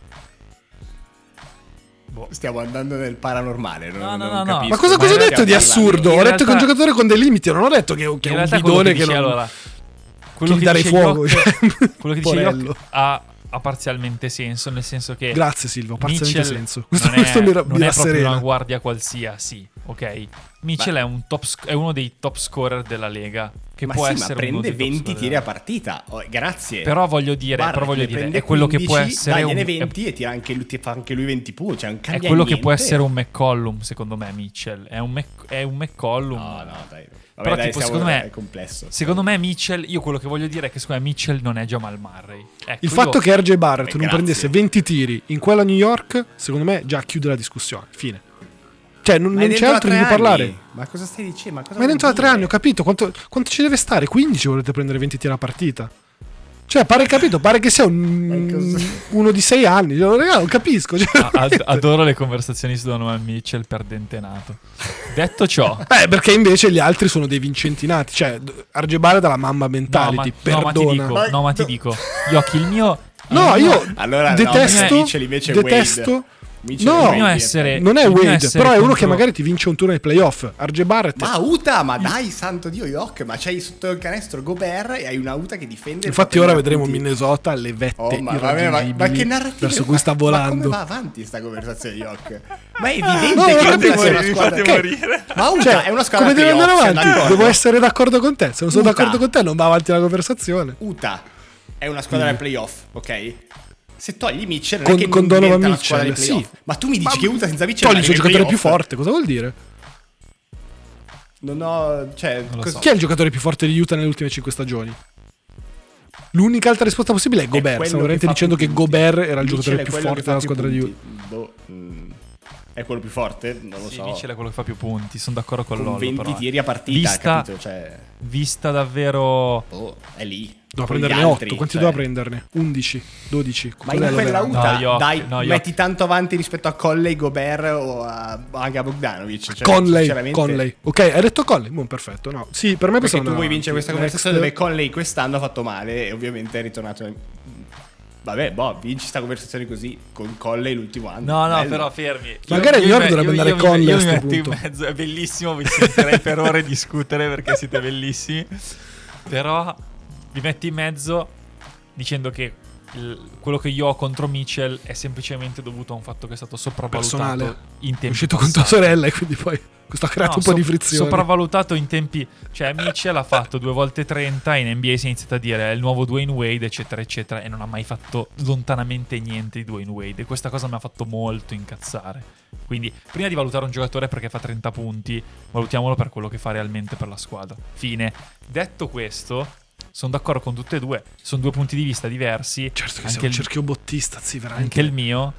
Stiamo andando nel paranormale. No. capisco. Ma cosa ho stiamo detto di parlando? assurdo? In Ho detto che è un realtà- giocatore con dei limiti, non ho detto che è un quello bidone che dice, non... allora, che gli darei fuoco. quello che dice Porello. Jock ha parzialmente senso, nel senso che Grazie Silvio, ha parzialmente Mitchell senso. non Questo è, mi non è proprio rasserena. una guardia qualsiasi, ok? Mitchell è uno dei top scorer della Lega, che Ma può sì, essere ma uno prende dei top 20 scorer. tiri a partita. Oh, grazie. Però voglio dire, Prende è quello che può 15, essere dagliene un 20 e tira anche lui, ti fa anche lui 20 punti. Cioè, non è cambia quello che niente. può essere un McCollum, secondo me. Mitchell è un McCollum. No, dai. Vabbè, Però dai, tipo, siamo- secondo me è complesso. Secondo me Mitchell, io quello che voglio dire è che secondo me Mitchell non è Jamal Murray. Ecco, Il fatto che RJ Barrett Beh, non grazie. prendesse 20 tiri in quella New York, secondo me già chiude la discussione. Fine. Cioè, non Ma è c'è dentro altro da di cui 3 parlare. anni. Ma cosa stai dicendo? Ma è dentro da 3 anni, ho capito. Quanto ci deve stare? 15 volete prendere 20 tiri a partita? Cioè, pare che sia uno di 6 anni. Raga, non capisco. Cioè, adoro le conversazioni su Donovan Mitchell per dentenato. Detto ciò, perché invece gli altri sono dei vincenti. Cioè, RJ Barrett ha la mamma mentality. Perdona. ma ti dico, Yoki, il mio No, io Allora, no, detesto. Mitchell invece è detesto. Mitchell No, è il mio Wade. essere Non è il mio Wade, essere però è uno che contro- magari ti vince un turno ai playoff. RJ Barrett. Ma Uta, ma dai, santo Dio, Yok, ma c'hai sotto il canestro Gobert e hai una Uta che difende. Infatti ora vedremo Minnesota alle vette Oh, ma vabbè, ma che irraggiungibili narrativa verso cui sta Ma volando. come va avanti sta conversazione, Yok? Ma è evidente No, che ho Uta capito, sia una mi squadra fate morire. Ma Uta Cioè, è una squadra come deve andare playoff, avanti? d'accordo? Devo essere d'accordo con te. Se non sono Uta. d'accordo con te, non va avanti la conversazione. Uta è una squadra da playoff, ok? Se togli Mitchell non è che Con non Donovan diventa una squadra Mitchell, di playoff. sì. Ma tu mi dici che Uta senza Mitchell Togli il suo arriva ai giocatore più playoff? forte, cosa vuol dire? Non ho, cioè, lo so. Chi è il giocatore più forte di Utah nelle ultime 5 stagioni? L'unica altra risposta possibile è Gobert. quello Stiamo veramente fa dicendo più che punti. Gobert era il Mitchell giocatore è più quello forte che fa della più squadra di punti. Utah. È quello più forte? Non lo Sì, so. Mitchell è quello che fa più punti, sono d'accordo con Con Lollo, 20 però. tiri a partita, capito? Cioè, Vista davvero è lì. Doveva Con gli prenderne 8. altri, Quanti cioè. doveva prenderne? 11, 12. Ma in Cos'è quella l'overall? Uta, No, Yok, dai, no, Yok. metti tanto avanti rispetto a Conley, Gobert o anche a Bogdanovic. Cioè, Conley. sinceramente- Ok, hai detto Conley? Buon, perfetto. No, sì, per me Perché possiamo tu vuoi andare vincere questa avanti. conversazione Next. dove Conley quest'anno ha fatto male e ovviamente è ritornato. Vabbè, vinci sta conversazione così con Conley l'ultimo anno. No, Bello. però fermi. Magari Io- New York io- dovrebbe io- andare io- Conley io a mi sto metto in punto. mezzo, è bellissimo, vi sentirei per ore discutere perché siete bellissimi. Però vi metto in mezzo dicendo che quello che io ho contro Mitchell è semplicemente dovuto a un fatto che è stato sopravvalutato Personale. in tempi È uscito con tua passati. sorella e quindi poi questo ha creato No, un po' di frizione. sopravvalutato in tempi. Cioè, Mitchell ha fatto 2 volte 30. In NBA si è iniziato a dire è il nuovo Dwayne Wade, eccetera, eccetera. E non ha mai fatto lontanamente niente di Dwayne Wade. E questa cosa mi ha fatto molto incazzare. Quindi, prima di valutare un giocatore perché fa 30 punti, valutiamolo per quello che fa realmente per la squadra. Fine. Detto questo, sono d'accordo con tutte e due. Sono 2 punti di vista diversi. Certo che Anche sei un il- cerchio bottista, sì, veramente. Anche il mio.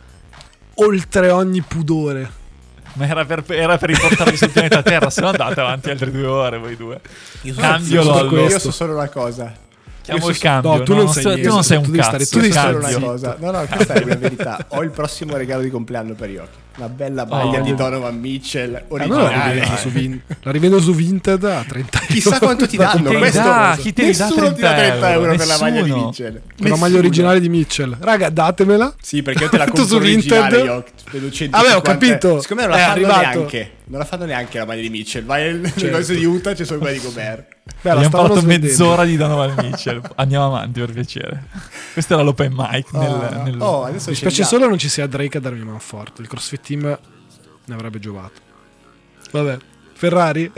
Oltre ogni pudore. Ma era per riportarvi sul pianeta Terra, se no andate avanti altre 2 ore voi due. Io Cambio so- Lollo. Io so solo una cosa. Chiamo Io il so- cambio. no, tu non sai tu niente, non sei un tu devi stare- cazzo. tu devi Io so stare solo una zitto. cosa. No, questa è la verità. Ho il prossimo regalo di compleanno per Yoki. Una bella maglia Oh. di Donovan Mitchell Allora originale. la rivendo su Vinted a 30 Chissà quanto ti danno. Chi te li questo- dà? Chi te li dà Nessuno ti dà 30 euro per la maglia di Nessuno. Mitchell. Con la maglia Nessuno. originale di Mitchell. Raga, datemela. Sì, perché io te la Tanto compro su originale, Vinted. Yoki. Spendo 150. Vabbè, ho capito. Siccome non la È fanno arrivato. neanche. Non la fanno neanche la maglia di Mitchell. Vai nel negozio di Utah, c'è solo quella di Gobert. Beh, la Abbiamo stavano parlato svendendo. mezz'ora di Donovan Mitchell. Andiamo avanti per piacere. Questo era l'open mic. Adesso Mi spiace scendiamo. solo non ci sia Drake a darmi man forte. Il CrossFit Team ne avrebbe giovato. Vabbè, Ferrari.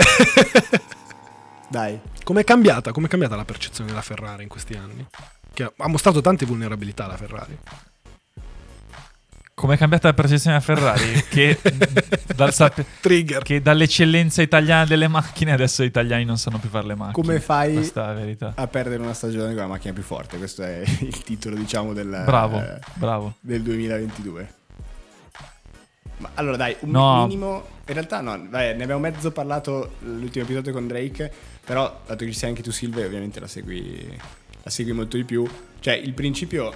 Dai. Com'è cambiata la percezione della Ferrari in questi anni? Che ha mostrato tante vulnerabilità la Ferrari. Come è cambiata la percezione della Ferrari? Trigger. Che dall'eccellenza italiana delle macchine adesso gli italiani non sanno più fare le macchine. Come fai Questa è la verità. a perdere una stagione con la macchina più forte? Questo è il titolo, diciamo, Bravo. del 2022. Ma allora dai, un No. minimo. In realtà no, vai, ne abbiamo mezzo parlato l'ultimo episodio con Drake. Però, dato che ci sei anche tu, Silve, ovviamente la segui molto di più. Cioè, il principio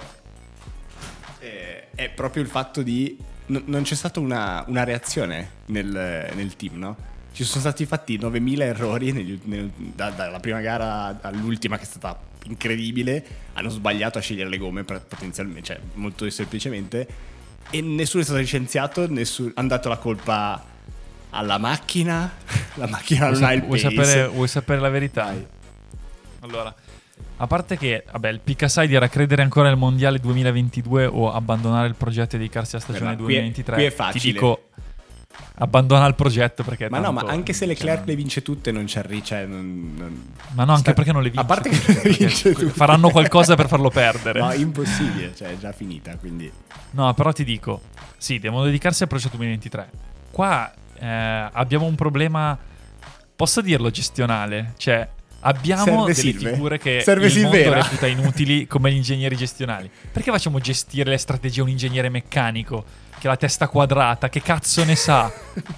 è proprio il fatto di non c'è stata una reazione nel team, no? Ci sono stati fatti 9.000 errori dalla prima gara all'ultima, che è stata incredibile. Hanno sbagliato a scegliere le gomme potenzialmente, cioè molto semplicemente, e nessuno è stato licenziato, hanno dato la colpa alla macchina. La macchina non ha il pace. Vuoi sapere la verità? Vai. Allora, a parte che, vabbè, il pick aside era credere ancora nel mondiale 2022 o abbandonare il progetto e dedicarsi alla stagione Beh, no, qui è 2023. facile. Ti dico, abbandona il progetto, perché Ma no, ma anche se Leclerc cioè, le vince tutte non ci arriva, cioè ma no, anche perché non le vince. A parte che non le vince tutte. Faranno qualcosa per farlo perdere. No, impossibile, cioè è già finita, quindi. No, però ti dico, sì, devono dedicarsi al progetto 2023. Qua abbiamo un problema, posso dirlo, gestionale. Cioè, abbiamo Serve delle Silve. figure che Serve il Silvera. mondo reputa inutili, come gli ingegneri gestionali. Perché facciamo gestire le strategie a un ingegnere meccanico che ha la testa quadrata? Che cazzo ne sa?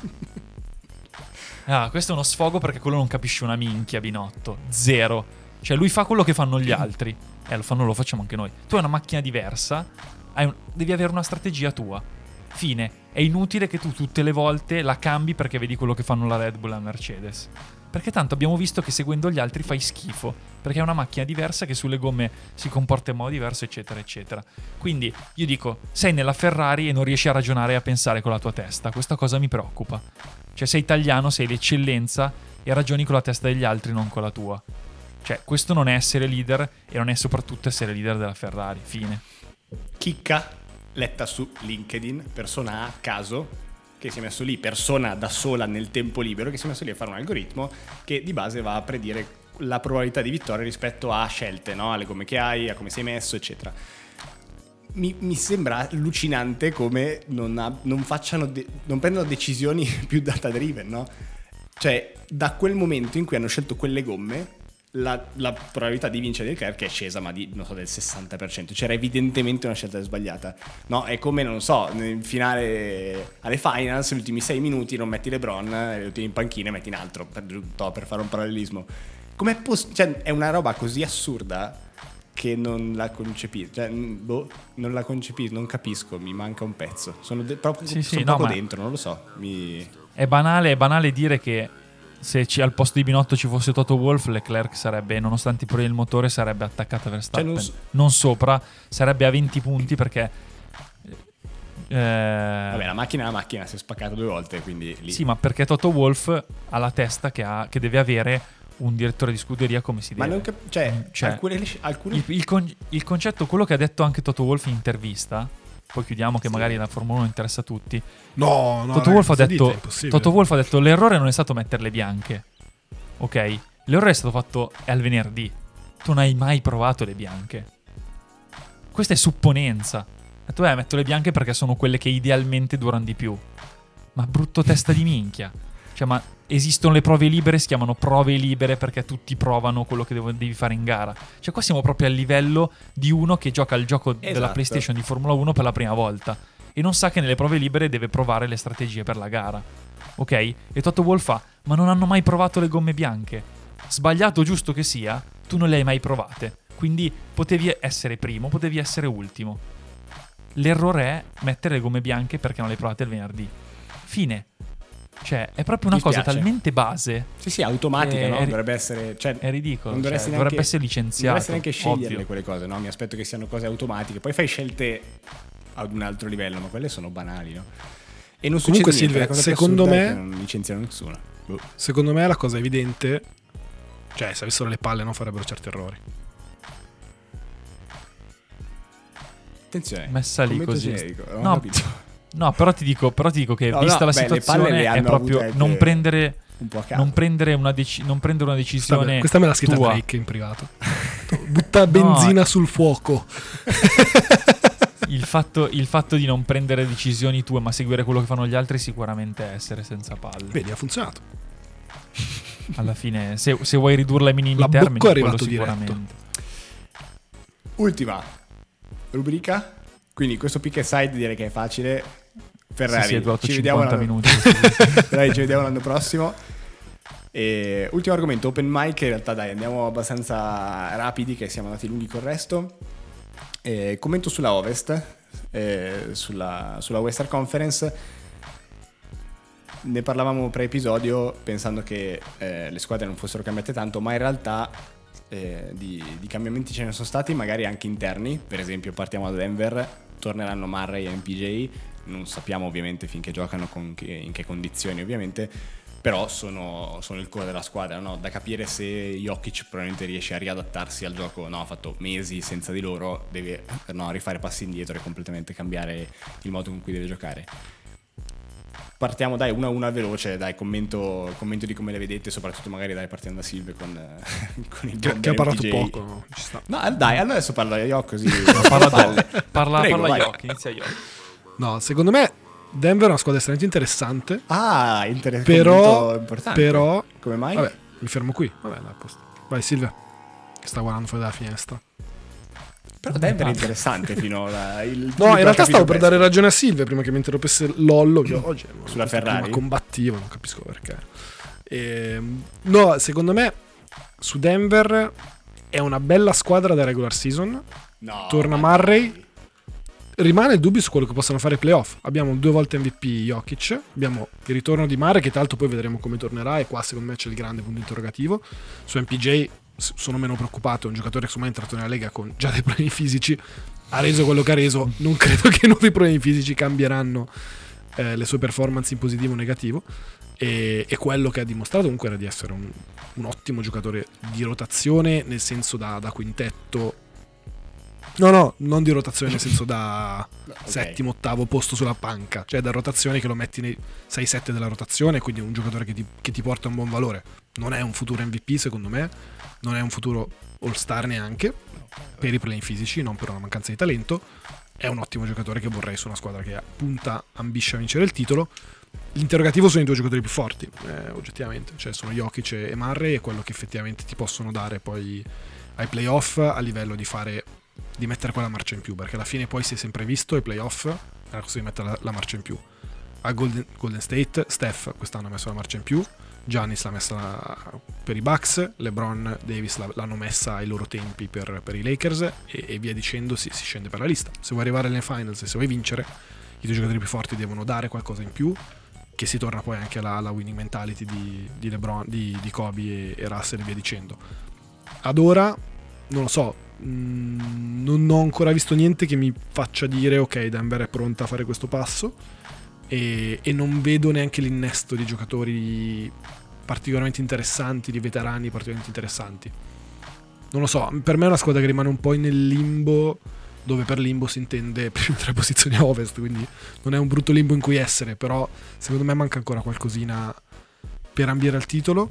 Questo è uno sfogo, perché quello non capisce una minchia, Binotto. Zero. Cioè, lui fa quello che fanno gli altri. Lo facciamo anche noi. Tu hai una macchina diversa, devi avere una strategia tua. Fine. È inutile che tu tutte le volte la cambi perché vedi quello che fanno la Red Bull e la Mercedes. Perché tanto abbiamo visto che seguendo gli altri fai schifo, perché è una macchina diversa che sulle gomme si comporta in modo diverso, eccetera, eccetera. Quindi io dico, sei nella Ferrari e non riesci a ragionare e a pensare con la tua testa. Questa cosa mi preoccupa. Cioè, sei italiano, sei l'eccellenza e ragioni con la testa degli altri, non con la tua. Cioè, questo non è essere leader, e non è soprattutto essere leader della Ferrari. Fine. Chicca letta su LinkedIn, persona a caso, che si è messo lì, persona da sola nel tempo libero, che si è messo lì a fare un algoritmo che di base va a predire la probabilità di vittoria rispetto a scelte, no? Alle gomme che hai, a come sei messo, eccetera. Mi sembra allucinante come non prendano decisioni più data driven, no? Cioè, da quel momento in cui hanno scelto quelle gomme, la probabilità di vincere Leclerc è scesa, ma del 60%. C'era evidentemente una scelta sbagliata, no? È come, non so, nel finale alle finals, gli ultimi 6 minuti non metti LeBron, lo tieni in panchina e metti in altro, per fare un parallelismo. Com'è cioè, è una roba così assurda che non la concepisco, cioè, non la concepisco, non capisco, mi manca un pezzo. Sono proprio poco dentro, non lo so. È banale dire che se al posto di Binotto ci fosse Toto Wolff, Leclerc sarebbe, nonostante i problemi del motore, sarebbe attaccato a Verstappen, cioè non sopra, sarebbe a 20 punti, perché vabbè, la macchina si è spaccata 2 volte, quindi lì. Sì, ma perché Toto Wolff ha la testa che deve avere un direttore di scuderia come si deve. Ma cioè, alcune... Il concetto, quello che ha detto anche Toto Wolff in intervista, poi chiudiamo che magari la Formula 1 interessa a tutti. No, Toto Wolff ha detto l'errore non è stato mettere le bianche, ok? L'errore è stato fatto al venerdì. Tu non hai mai provato le bianche. Questa è supponenza. E tu metto le bianche perché sono quelle che idealmente durano di più. Ma brutto testa di minchia. Cioè, ma esistono le prove libere, si chiamano prove libere perché tutti provano quello che devi fare in gara. Cioè, qua siamo proprio al livello di uno che gioca il gioco della PlayStation di Formula 1 per la prima volta e non sa che nelle prove libere deve provare le strategie per la gara. Ok? E Toto Wolff fa: ma non hanno mai provato le gomme bianche. Sbagliato o giusto che sia, tu non le hai mai provate. Quindi potevi essere primo, potevi essere ultimo. L'errore è mettere le gomme bianche perché non le hai provate il venerdì. Fine. Cioè, è proprio una cosa talmente base. Sì, automatica, no? Dovrebbe essere. Cioè, è ridicolo. Non dovrebbe essere licenziato. Non dovresti neanche sceglierle quelle cose, no? Mi aspetto che siano cose automatiche. Poi fai scelte ad un altro livello, ma quelle sono banali, no? E non comunque, succede niente. Silvia, secondo me non licenziano nessuno. Secondo me la cosa evidente, cioè, se avessero le palle non farebbero certi errori. Attenzione. Messa lì così. Generico, no, no, però ti dico che vista la situazione è proprio non prendere una decisione. Questa me l'ha scritta Drake in privato. Butta benzina sul fuoco. il fatto di non prendere decisioni tue ma seguire quello che fanno gli altri sicuramente è essere senza palle. Vedi, ha funzionato. Alla fine se vuoi ridurla ai minimi La termini, Bocco è quello arrivato sicuramente. Ultima rubrica. Quindi questo pick and side direi che è facile. Ferrari, Sì, è durato ci 50 vediamo minuti. Dai, ci vediamo l'anno prossimo. E ultimo argomento, open mic. In realtà dai, andiamo abbastanza rapidi che siamo andati lunghi col resto. Commento sulla Ovest, sulla Western Conference. Ne parlavamo pre-episodio pensando che le squadre non fossero cambiate tanto, ma in realtà di cambiamenti ce ne sono stati, magari anche interni. Per esempio partiamo da Denver, torneranno Murray e MPJ, non sappiamo ovviamente finché giocano in che condizioni ovviamente, però sono il cuore della squadra, no? Da capire se Jokic probabilmente riesce a riadattarsi al gioco. No, ha fatto mesi senza di loro, deve rifare passi indietro e completamente cambiare il modo con cui deve giocare. Partiamo dai una a una veloce, dai, commento di come le vedete, soprattutto magari dai partendo da Silve con il che ha parlato MPJ. poco, no? Ci sta. No, dai, allora adesso parlo io così. Parla Prego, vai. Jokic, inizia Jokic. No, secondo me Denver è una squadra estremamente interessante. Ah, interessante. Però, Importante. però, come mai? vabbè, mi fermo qui. Vabbè, dai, a posto. Vai Silvia, che sta guardando fuori dalla finestra. Però Denver è interessante finora. No, in realtà stavo per dare ragione a Silvia prima che mi interrompesse Lollo, che oggi è sulla Ferrari combattiva, non capisco perché. No, secondo me su Denver è una bella squadra da regular season. No, Torna Murray. Rimane il dubbio su quello che possano fare i playoff. Abbiamo 2 volte MVP Jokic, abbiamo il ritorno di Murray che tra l'altro poi vedremo come tornerà, e qua secondo me c'è il grande punto interrogativo. Su MPJ sono meno preoccupato, è un giocatore che secondo me è entrato nella Lega con già dei problemi fisici, ha reso quello che ha reso, non credo che nuovi problemi fisici cambieranno le sue performance in positivo o negativo, e quello che ha dimostrato comunque era di essere un ottimo giocatore di rotazione, nel senso da quintetto. No, non di rotazione nel senso da settimo, ottavo posto sulla panca, cioè da rotazione che lo metti nei 6-7 della rotazione, quindi un giocatore che ti porta un buon valore. Non è un futuro MVP secondo me, non è un futuro All-Star neanche, per i play fisici, non per una mancanza di talento. È un ottimo giocatore che vorrei su una squadra che punta, ambisce a vincere il titolo. L'interrogativo sono i 2 giocatori più forti, oggettivamente, cioè sono Jokic e Murray, e quello che effettivamente ti possono dare poi ai playoff a livello di mettere quella marcia in più, perché alla fine poi si è sempre visto ai playoff era così, di mettere la marcia in più. A Golden State Steph quest'anno ha messo la marcia in più, Giannis l'ha messa per i Bucks, LeBron, Davis l'hanno messa ai loro tempi per i Lakers, e via dicendo si scende per la lista. Se vuoi arrivare alle finals e se vuoi vincere, i 2 giocatori più forti devono dare qualcosa in più, che si torna poi anche alla winning mentality di LeBron, di Kobe e Russell e via dicendo. Ad ora non lo so, non ho ancora visto niente che mi faccia dire ok, Denver è pronta a fare questo passo, e non vedo neanche l'innesto di giocatori particolarmente interessanti, di veterani particolarmente interessanti. Non lo so, per me è una squadra che rimane un po' nel limbo, dove per limbo si intende prime 3 posizioni a ovest, quindi non è un brutto limbo in cui essere, però secondo me manca ancora qualcosina per ambire al titolo.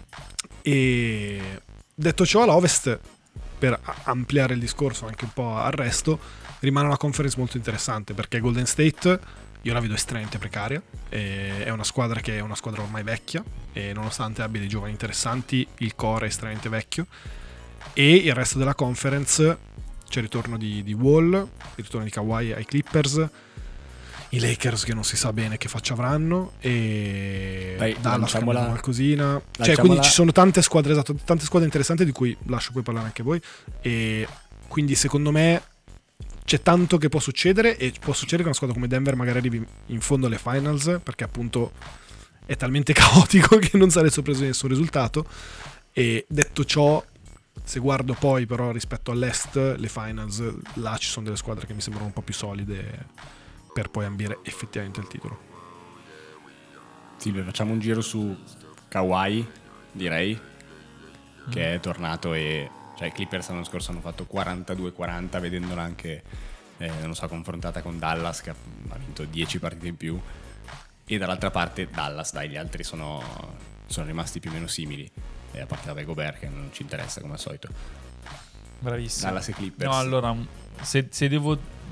E detto ciò, la ovest, per ampliare il discorso anche un po' al resto, rimane una conference molto interessante, perché Golden State io la vedo estremamente precaria, è una squadra che è una squadra ormai vecchia, e nonostante abbia dei giovani interessanti, il core è estremamente vecchio, e il resto della conference c'è il ritorno di Wall, il ritorno di Kawhi ai Clippers, i Lakers che non si sa bene che faccia avranno, e Dai, Dallas che lanciamola- qualcosina, cioè lanciamola- quindi ci sono tante squadre, esatto, tante squadre interessanti di cui lascio poi parlare anche voi, e quindi secondo me c'è tanto che può succedere, e può succedere che una squadra come Denver magari arrivi in fondo alle finals, perché appunto è talmente caotico che non sarei sorpreso di nessun risultato. E detto ciò, se guardo poi però rispetto all'est, le finals, là ci sono delle squadre che mi sembrano un po' più solide per poi ambire effettivamente il titolo. Silvia, facciamo un giro su Kawhi, direi, che è tornato, e cioè i Clippers l'anno scorso hanno fatto 42-40, vedendola anche non so, confrontata con Dallas che ha vinto 10 partite in più, e dall'altra parte Dallas, dai, gli altri sono rimasti più o meno simili, a parte da Gobert che non ci interessa come al solito. Bravissimo. Dallas e Clippers. No, allora, se devo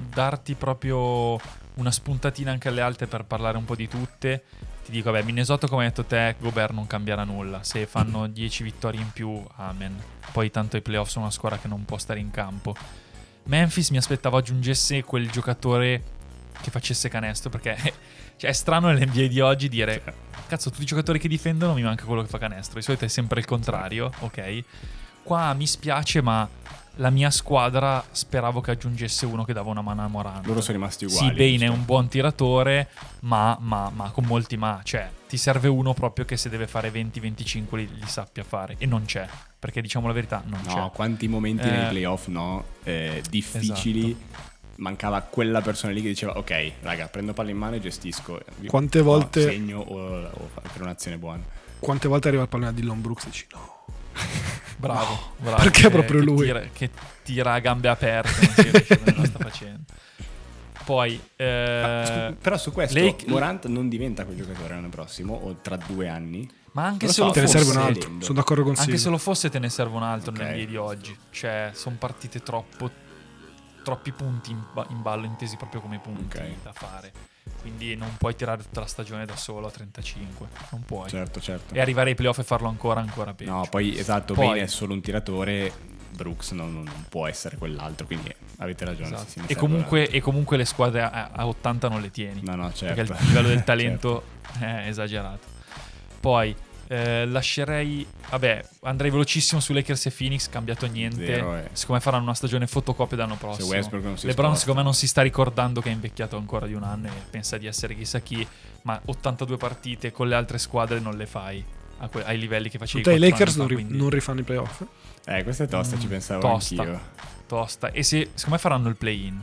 darti proprio una spuntatina anche alle altre per parlare un po' di tutte, ti dico, vabbè, Minnesota, come hai detto te, Gobert non cambierà nulla. Se fanno 10 vittorie in più, amen. Poi tanto i playoff sono una squadra che non può stare in campo. Memphis mi aspettavo aggiungesse quel giocatore che facesse canestro, perché cioè, è strano nell'NBA di oggi dire cazzo, tutti i giocatori che difendono, mi manca quello che fa canestro. Di solito è sempre il contrario, ok? Qua mi spiace, ma la mia squadra speravo che aggiungesse uno che dava una mano a Morant. Loro sono rimasti uguali. Sì, Bane giusto? è un buon tiratore, ma con molti ma. Cioè, ti serve uno proprio che se deve fare 20-25 li sappia fare. E non c'è, perché diciamo la verità, non c'è. No, quanti momenti nei playoff, difficili. Esatto. Mancava quella persona lì che diceva ok, raga, prendo palla in mano e gestisco. Quante volte segno o per un'azione buona. Quante volte arriva il pallone a Dillon Brooks e dici no. Bravo. Perché proprio lui? Che tira a gambe aperte, non si riesce, non la sta facendo. Poi però su questo Morant non diventa quel giocatore l'anno prossimo o tra 2 anni. Ma anche Non se lo lo so, Te ne fosse, serve un altro. Sono d'accordo con anche Silvio. se lo fosse, te ne serve un altro Ok. nel di oggi. Cioè, sono partite troppi punti in ballo, intesi proprio come punti Ok. da fare. Quindi non puoi tirare tutta la stagione da solo a 35. Non puoi. Certo. E arrivare ai playoff e farlo ancora peggio. No, poi esatto, Poi- Bane è solo un tiratore. Brooks non può essere quell'altro, quindi avete ragione. Esatto. sì, mi E serve comunque le squadre a 80 non le tieni. No, certo. Perché il livello del talento è esagerato. Poi lascerei, andrei velocissimo su Lakers e Phoenix, cambiato niente. Zero, Siccome faranno una stagione fotocopia l'anno prossimo. Westbrook non si LeBron sposta. secondo me non si sta ricordando che è invecchiato ancora di un anno e pensa di essere chissà chi, ma 82 partite con le altre squadre non le fai ai livelli che facevi. Tutti i 4 Lakers anni fa, non quindi rifanno i playoff? Questa è tosta, ci pensavo tosta. anch'io. Tosta. E se secondo me faranno il play-in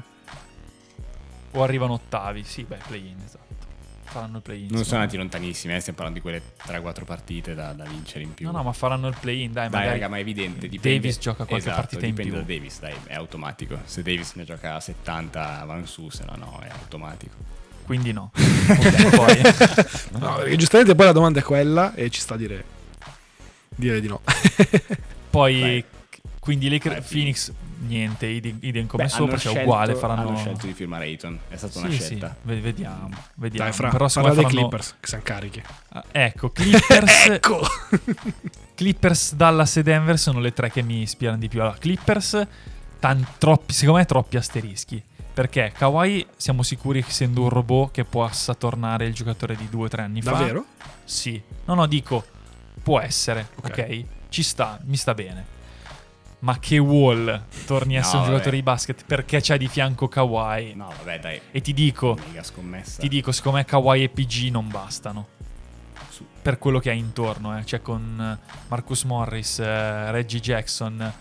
o arrivano ottavi. Sì, play-in, esatto. Faranno il play-in. Non sono secondo andati lontanissimi, stiamo parlando di quelle 3-4 partite da vincere in più. me. No, ma faranno il play-in, dai, Dai, magari. raga, ma è evidente. Dipende. Davis gioca qualche partita in dipende più. da Davis, dai, è automatico. Se Davis ne gioca a 70 van su, se no è automatico. Quindi no. Ok, poi. No, perché giustamente poi la domanda è quella e ci sta a dire di no. Poi Vai. quindi Lakers, Vai, Phoenix niente, idem come Beh, sopra, cioè uguale faranno. hanno scelto di firmare Ayton, è stata una Sì, scelta. vediamo. Dai, Fra, Però secondo parla me dei faranno. Clippers, che siamo carichi. Ecco, Clippers. Ecco! Clippers, Dallas e Denver sono le tre che mi ispirano di più. Allora, Clippers, secondo me troppi asterischi. Perché Kawhi siamo sicuri che essendo un robot che possa tornare il giocatore di 2 o 3 anni fa. Davvero? Sì. No, dico, può essere, Ok. ok? Ci sta, mi sta bene. Ma che Wall torni a essere un vabbè. giocatore di basket perché c'hai di fianco Kawhi. No, vabbè, dai. E ti dico, Mega scommessa. secondo me Kawhi e PG non bastano. Per quello che hai intorno, cioè con Marcus Morris, Reggie Jackson,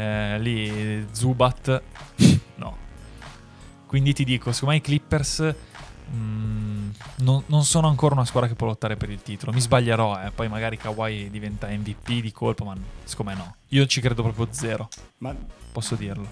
lì Zubat, no. Quindi ti dico, secondo me i Clippers non sono ancora una squadra che può lottare per il titolo. Mi sbaglierò, poi magari Kawhi diventa MVP di colpo, ma secondo me no. Io ci credo proprio zero, Ma posso dirlo.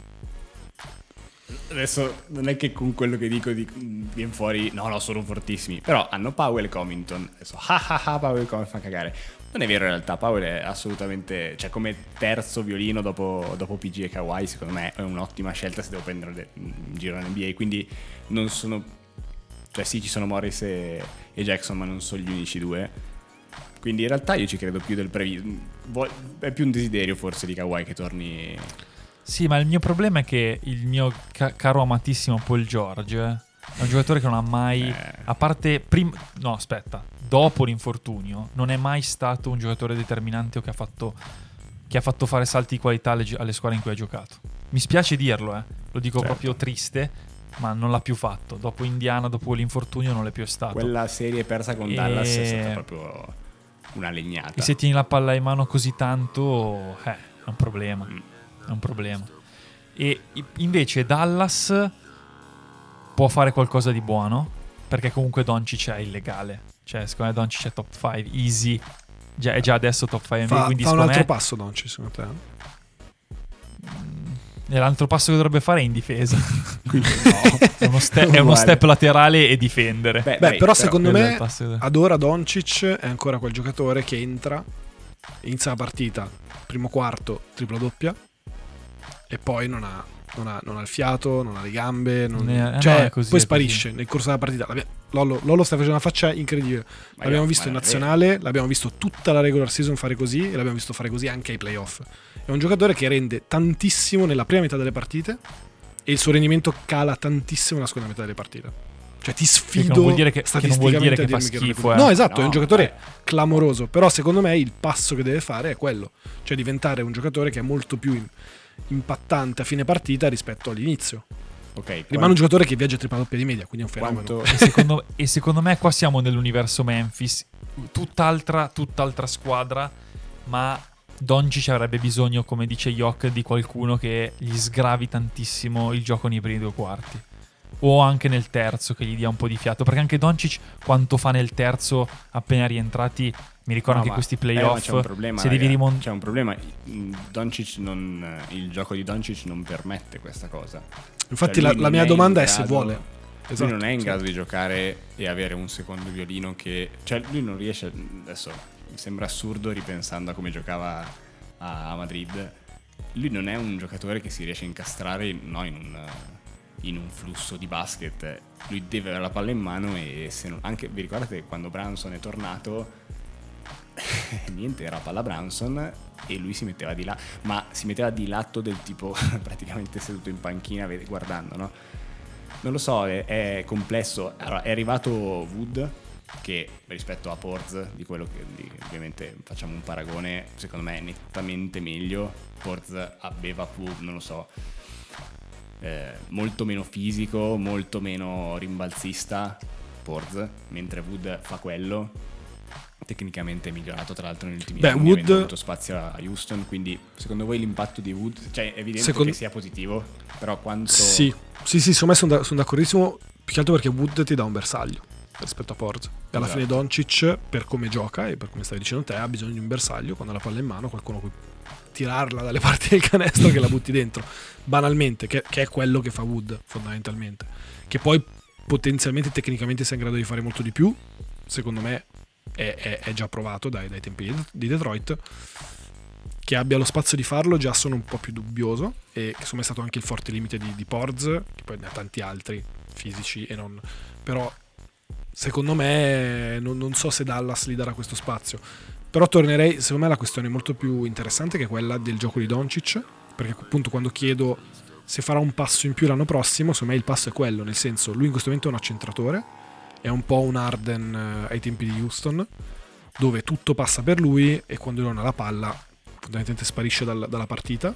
adesso non è che con quello che dico viene fuori. No, sono fortissimi. Però hanno Powell e Covington. Adesso Powell e Covington fa cagare. Non è vero in realtà, Powell è assolutamente, cioè come terzo violino dopo PG e Kawhi, secondo me è un'ottima scelta se devo prendere in giro nell'NBA, quindi non sono, cioè sì, ci sono Morris e Jackson, ma non sono gli unici due. Quindi in realtà io ci credo più del previsto. È più un desiderio forse di Kawhi che torni. Sì, ma il mio problema è che il mio caro amatissimo Paul George è un giocatore che non ha mai, a parte dopo l'infortunio, non è mai stato un giocatore determinante o che ha fatto fare salti di qualità alle squadre in cui ha giocato. Mi spiace dirlo, lo dico Certo. proprio triste, ma non l'ha più fatto. Dopo Indiana, dopo l'infortunio non l'è più stato. Quella serie persa con Dallas è stata proprio una legnata. E se tieni la palla in mano così tanto, è un problema. È un problema. E invece Dallas può fare qualcosa di buono, perché comunque Doncic è illegale. Cioè, secondo me Doncic è top 5, easy. È già adesso top 5 NBA, quindi Fa un secondo altro me passo Doncic, secondo te? l'altro passo che dovrebbe fare è in difesa. Quindi no. è uno Uguale. step laterale e difendere. Beh, però secondo quello è me il passo. ad ora Doncic è ancora quel giocatore che entra, inizia la partita, primo quarto, tripla doppia, e poi non ha non ha il fiato, non ha le gambe, No, cioè è così, poi è sparisce nel corso della partita. Lollo sta facendo una faccia incredibile. L'abbiamo visto in nazionale, l'abbiamo visto tutta la regular season fare così e l'abbiamo visto fare così anche ai playoff. È un giocatore che rende tantissimo nella prima metà delle partite e il suo rendimento cala tantissimo nella seconda metà delle partite. Cioè ti sfido non vuol dire che statisticamente fa a dirmi che schifo, no, esatto, è un giocatore beh. clamoroso, però secondo me il passo che deve fare è quello, cioè diventare un giocatore che è molto più impattante a fine partita rispetto all'inizio. Ok, Rimane un giocatore che viaggia tripla doppia di media, quindi è un fenomeno. E secondo me qua siamo nell'universo Memphis, tutt'altra squadra, ma Doncic avrebbe bisogno, come dice Yok, di qualcuno che gli sgravi tantissimo il gioco nei primi 2 quarti. O anche nel terzo, che gli dia un po' di fiato. Perché anche Doncic, quanto fa nel terzo appena rientrati, mi ricordo anche questi playoff. C'è un problema, se devi c'è un problema. Doncic il gioco di Doncic non permette questa cosa. Infatti Cioè, la mia domanda è se vuole. Lui non è in grado di giocare e avere un secondo violino che... Cioè lui non riesce... Adesso mi sembra assurdo ripensando a come giocava a Madrid. Lui non è un giocatore che si riesce a incastrare in un flusso di basket. Lui deve avere la palla in mano e se non, anche vi ricordate quando Brunson è tornato niente, era palla Brunson e lui si metteva di là, ma si metteva di lato del tipo praticamente seduto in panchina guardando, no? Non lo so, è complesso. Allora, è arrivato Wood che rispetto a Porz, di quello che ovviamente facciamo un paragone, secondo me è nettamente meglio. Porz aveva più, non lo so, molto meno fisico, molto meno rimbalzista Porz, mentre Wood fa quello. Tecnicamente è migliorato tra l'altro negli ultimi anni, avendo avuto spazio a Houston, quindi secondo voi l'impatto di Wood, cioè è evidente che sia positivo, però quanto... Sì, secondo me sono d'accordissimo, più che altro perché Wood ti dà un bersaglio rispetto a Porz e alla fine Doncic, per come gioca e per come stavi dicendo te, ha bisogno di un bersaglio quando ha la palla in mano, qualcuno cui tirarla dalle parti del canestro che la butti dentro banalmente, che è quello che fa Wood fondamentalmente, che poi potenzialmente tecnicamente sia in grado di fare molto di più. Secondo me è già provato dai tempi di Detroit. Che abbia lo spazio di farlo già sono un po' più dubbioso, e che insomma è stato anche il forte limite di Porz, che poi ne ha tanti altri fisici e non, però secondo me non so se Dallas gli darà questo spazio. Però tornerei, secondo me la questione è molto più interessante, che è quella del gioco di Doncic, perché appunto quando chiedo se farà un passo in più l'anno prossimo, secondo me il passo è quello, nel senso, lui in questo momento è un accentratore, è un po' un Harden ai tempi di Houston, dove tutto passa per lui e quando lui non ha la palla fondamentalmente sparisce dalla partita.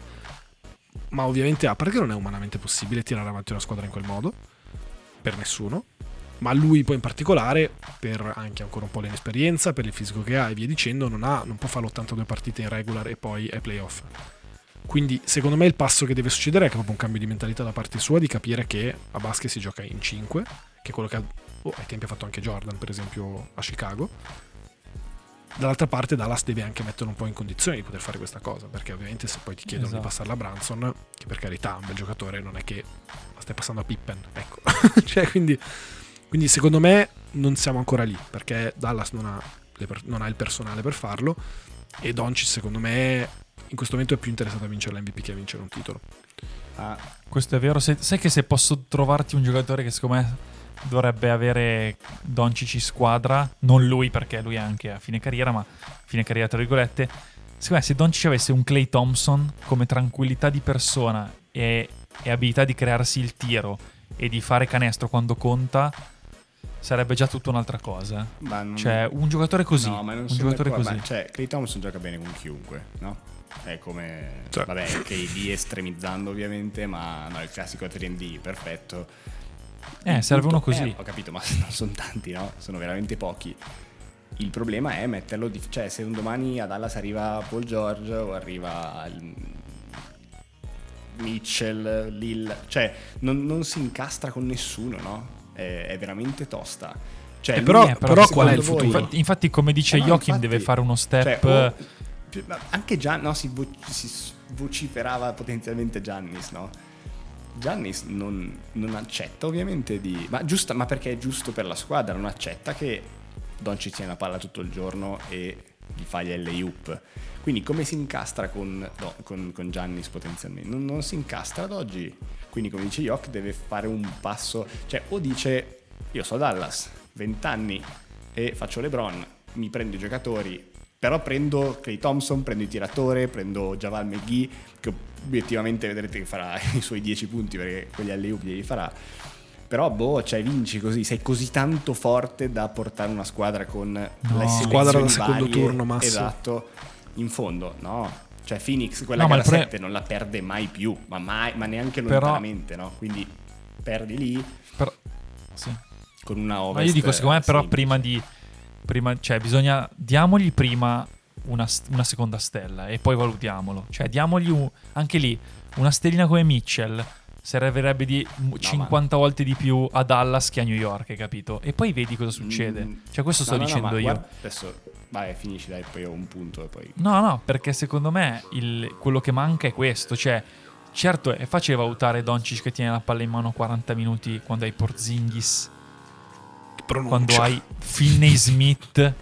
Ma ovviamente perché non è umanamente possibile tirare avanti una squadra in quel modo, per nessuno, ma lui poi in particolare, per anche ancora un po' l'inesperienza, per il fisico che ha e via dicendo, non può fare 82 partite in regular e poi ai playoff. Quindi secondo me il passo che deve succedere è proprio un cambio di mentalità da parte sua, di capire che a basket si gioca in 5, che è quello che ai tempi ha fatto anche Jordan per esempio a Chicago. Dall'altra parte Dallas deve anche mettere un po' in condizione di poter fare questa cosa, perché ovviamente se poi ti chiedono di passarla a Brunson, che per carità è un bel giocatore, non è che la stai passando a Pippen, ecco. Cioè, quindi secondo me non siamo ancora lì, perché Dallas non ha il personale per farlo, e Doncic secondo me in questo momento è più interessato a vincere l'MVP che a vincere un titolo. Questo è vero. Sai che se posso trovarti un giocatore che secondo me dovrebbe avere Doncic in squadra, non lui perché lui è anche a fine carriera, ma fine carriera tra virgolette, secondo me se Doncic avesse un Klay Thompson come tranquillità di persona e abilità di crearsi il tiro e di fare canestro quando conta, sarebbe già tutta un'altra cosa. Cioè un giocatore così, no, ma non un giocatore così. Cioè Klay Thompson gioca bene con chiunque, no? È come, cioè, vabbè, KD estremizzando ovviamente, ma no, il classico 3D perfetto. Serve uno così. Ho capito, ma non sono tanti, no? Sono veramente pochi. Il problema è metterlo cioè se un domani a Dallas arriva Paul George o arriva Mitchell, Lil, cioè non si incastra con nessuno, no? È veramente tosta. Cioè, però qual è il futuro? Infatti come dice Joachim, deve fare uno step, cioè, anche si vociferava potenzialmente Giannis, no? Giannis non accetta ovviamente ma perché è giusto per la squadra, non accetta che Doncic tiene la palla tutto il giorno e gli fa gli alley-oop. Quindi come si incastra con Giannis potenzialmente? Non si incastra ad oggi. Quindi come dice Jock deve fare un passo, cioè o dice io so Dallas, 20 anni e faccio LeBron, mi prendo i giocatori, però prendo Klay Thompson, prendo il tiratore, prendo Javal McGee, che obiettivamente vedrete che farà i suoi 10 punti perché quegli alley-oop glieli farà. Però cioè vinci così, sei così tanto forte da portare una squadra con le squadra da selezioni secondo varie, turno, Masso. esatto, in fondo, no? Cioè Phoenix, quella gara 7 non la perde mai più, ma neanche lontanamente, no? Quindi perdi lì sì. con una Ovest. Ma io dico, secondo me però semplice. prima cioè bisogna, diamogli prima una seconda stella e poi valutiamolo. Cioè diamogli anche lì una stellina come Mitchell servirebbe di 50 volte di più a Dallas che a New York, hai capito? E poi vedi cosa succede. Cioè questo sto dicendo io. Guarda, adesso vai, finisci, dai, poi ho un punto e poi... No, perché secondo me quello che manca è questo. Cioè, certo è facile valutare Doncic che tiene la palla in mano 40 minuti quando hai Porzingis, quando hai Finney Smith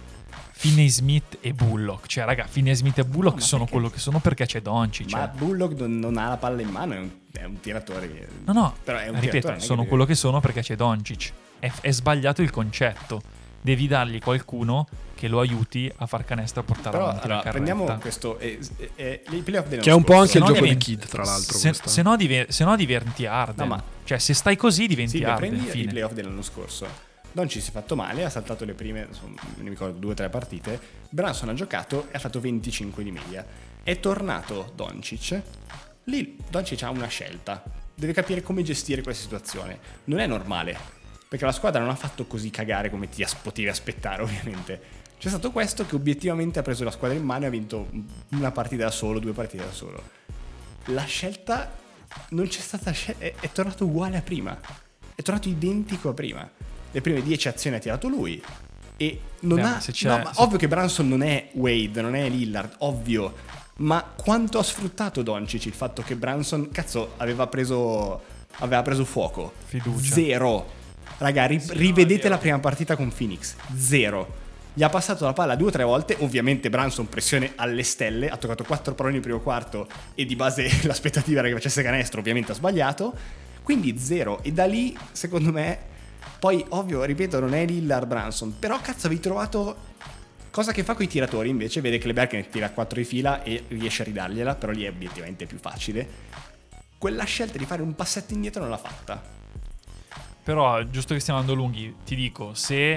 e Bullock. Cioè raga, Finney Smith e Bullock sono quello che sono perché c'è Doncic. Ma Bullock non ha la palla in mano, è un tiratore. No, però è un ripeto, tiratore, sono quello che sono perché c'è Doncic. È sbagliato il concetto. Devi dargli qualcuno che lo aiuti a far canestro, a portare avanti la carretta. Prendiamo questo i playoff dell'anno che è un po' anche il scorso. gioco di Kid, tra l'altro. Se no diventi Harden. No, ma... Cioè se stai così diventi Harden. Prendi i playoff dell'anno scorso. Doncic si è fatto male, ha saltato le prime, non mi ricordo, 2 o 3 partite. Brunson ha giocato e ha fatto 25 di media. È tornato Doncic. Lì Doncic ha una scelta. Deve capire come gestire questa situazione. Non è normale, perché la squadra non ha fatto così cagare come ti potevi aspettare, ovviamente. C'è stato questo che obiettivamente ha preso la squadra in mano e ha vinto una partita da solo, 2 partite da solo. La scelta non c'è stata è tornato uguale a prima. È tornato identico a prima. Le prime 10 azioni ha tirato lui e non ovvio che Brunson non è Wade, non è Lillard, ovvio, ma quanto ha sfruttato Doncic il fatto che Brunson aveva preso fuoco? Fiducia. 0. Raga, rivedete la prima partita con Phoenix, 0. Gli ha passato la palla 2 o 3 volte, ovviamente Brunson pressione alle stelle, ha toccato 4 palloni nel primo quarto e di base l'aspettativa era che facesse canestro, ovviamente ha sbagliato, quindi 0. E da lì, secondo me, poi ovvio, ripeto, non è Lillard Brunson, però cazzo avevi trovato cosa che fa coi tiratori, invece vede che Kleber ne tira 4 di fila e riesce a ridargliela, però lì è obiettivamente più facile. Quella scelta di fare un passetto indietro non l'ha fatta. Però, giusto che stiamo andando lunghi, ti dico, se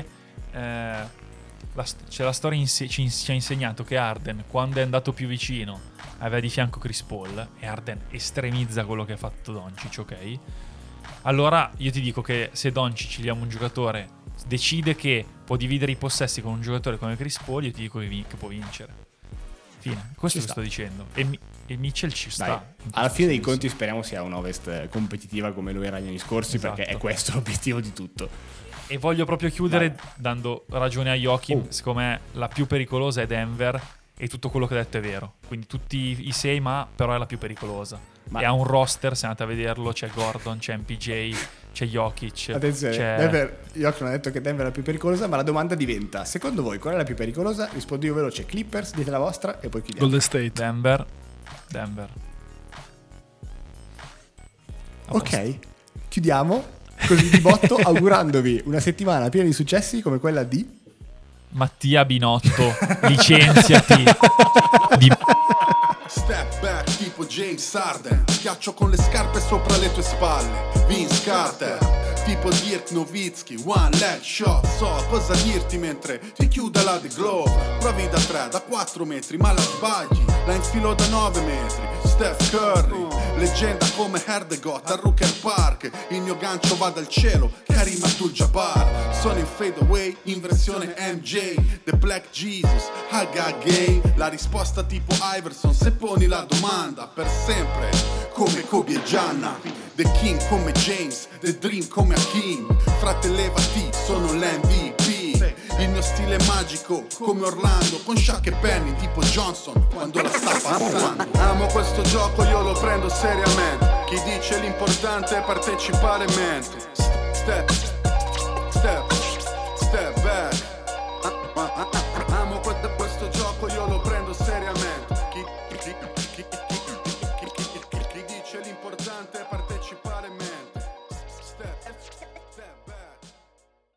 la storia ci ha insegnato che Harden, quando è andato più vicino, aveva di fianco Chris Paul, e Harden estremizza quello che ha fatto Doncic, ok? Allora io ti dico che se Doncic diamo un giocatore, decide che può dividere i possessi con un giocatore come Chris Paul, io ti dico che può vincere. Fine. Questo che sto dicendo. E Mitchell ci sta. Alla fine dei conti speriamo sia un Ovest competitiva come lo era gli anni scorsi, esatto. Perché è questo l'obiettivo di tutto. E voglio proprio chiudere dando ragione a Joachim. Secondo me la più pericolosa è Denver e tutto quello che ha detto è vero. Quindi tutti i 6, ma però è la più pericolosa. E ha un roster, se andate a vederlo, c'è Gordon, c'è MPJ, c'è Jokic. Attenzione, c'è... Jokic ha detto che Denver è la più pericolosa, ma la domanda diventa: secondo voi qual è la più pericolosa? Rispondo io veloce: Clippers, dite la vostra e poi chiudiamo. Golden State. Denver. Ok, chiudiamo così di botto augurandovi una settimana piena di successi come quella di Mattia Binotto. Licenziati. Step back tipo James Harden, schiaccio con le scarpe sopra le tue spalle. Vince Carter, tipo Dirk Nowitzki, one leg shot. So cosa dirti mentre ti chiuda la The Glove. Provi da 3, da 4 metri ma la sbagli, la infilo da 9 metri. Steph Curry, leggenda come Herdegot a Rooker Park. Il mio gancio va dal cielo, Karim Abdul-Jabbar. Sono in fade away, in versione MJ, The Black Jesus, I got game. La risposta tipo Iverson, se poni la domanda, per sempre come Kobe e Gianna. The King come James, The Dream come Hakim. Frate levati, sono l'MVP. Il mio stile è magico come Orlando, con Shaq e Penny tipo Johnson quando la sta passando. Amo questo gioco, io lo prendo seriamente. Chi dice l'importante è partecipare mente. Step back.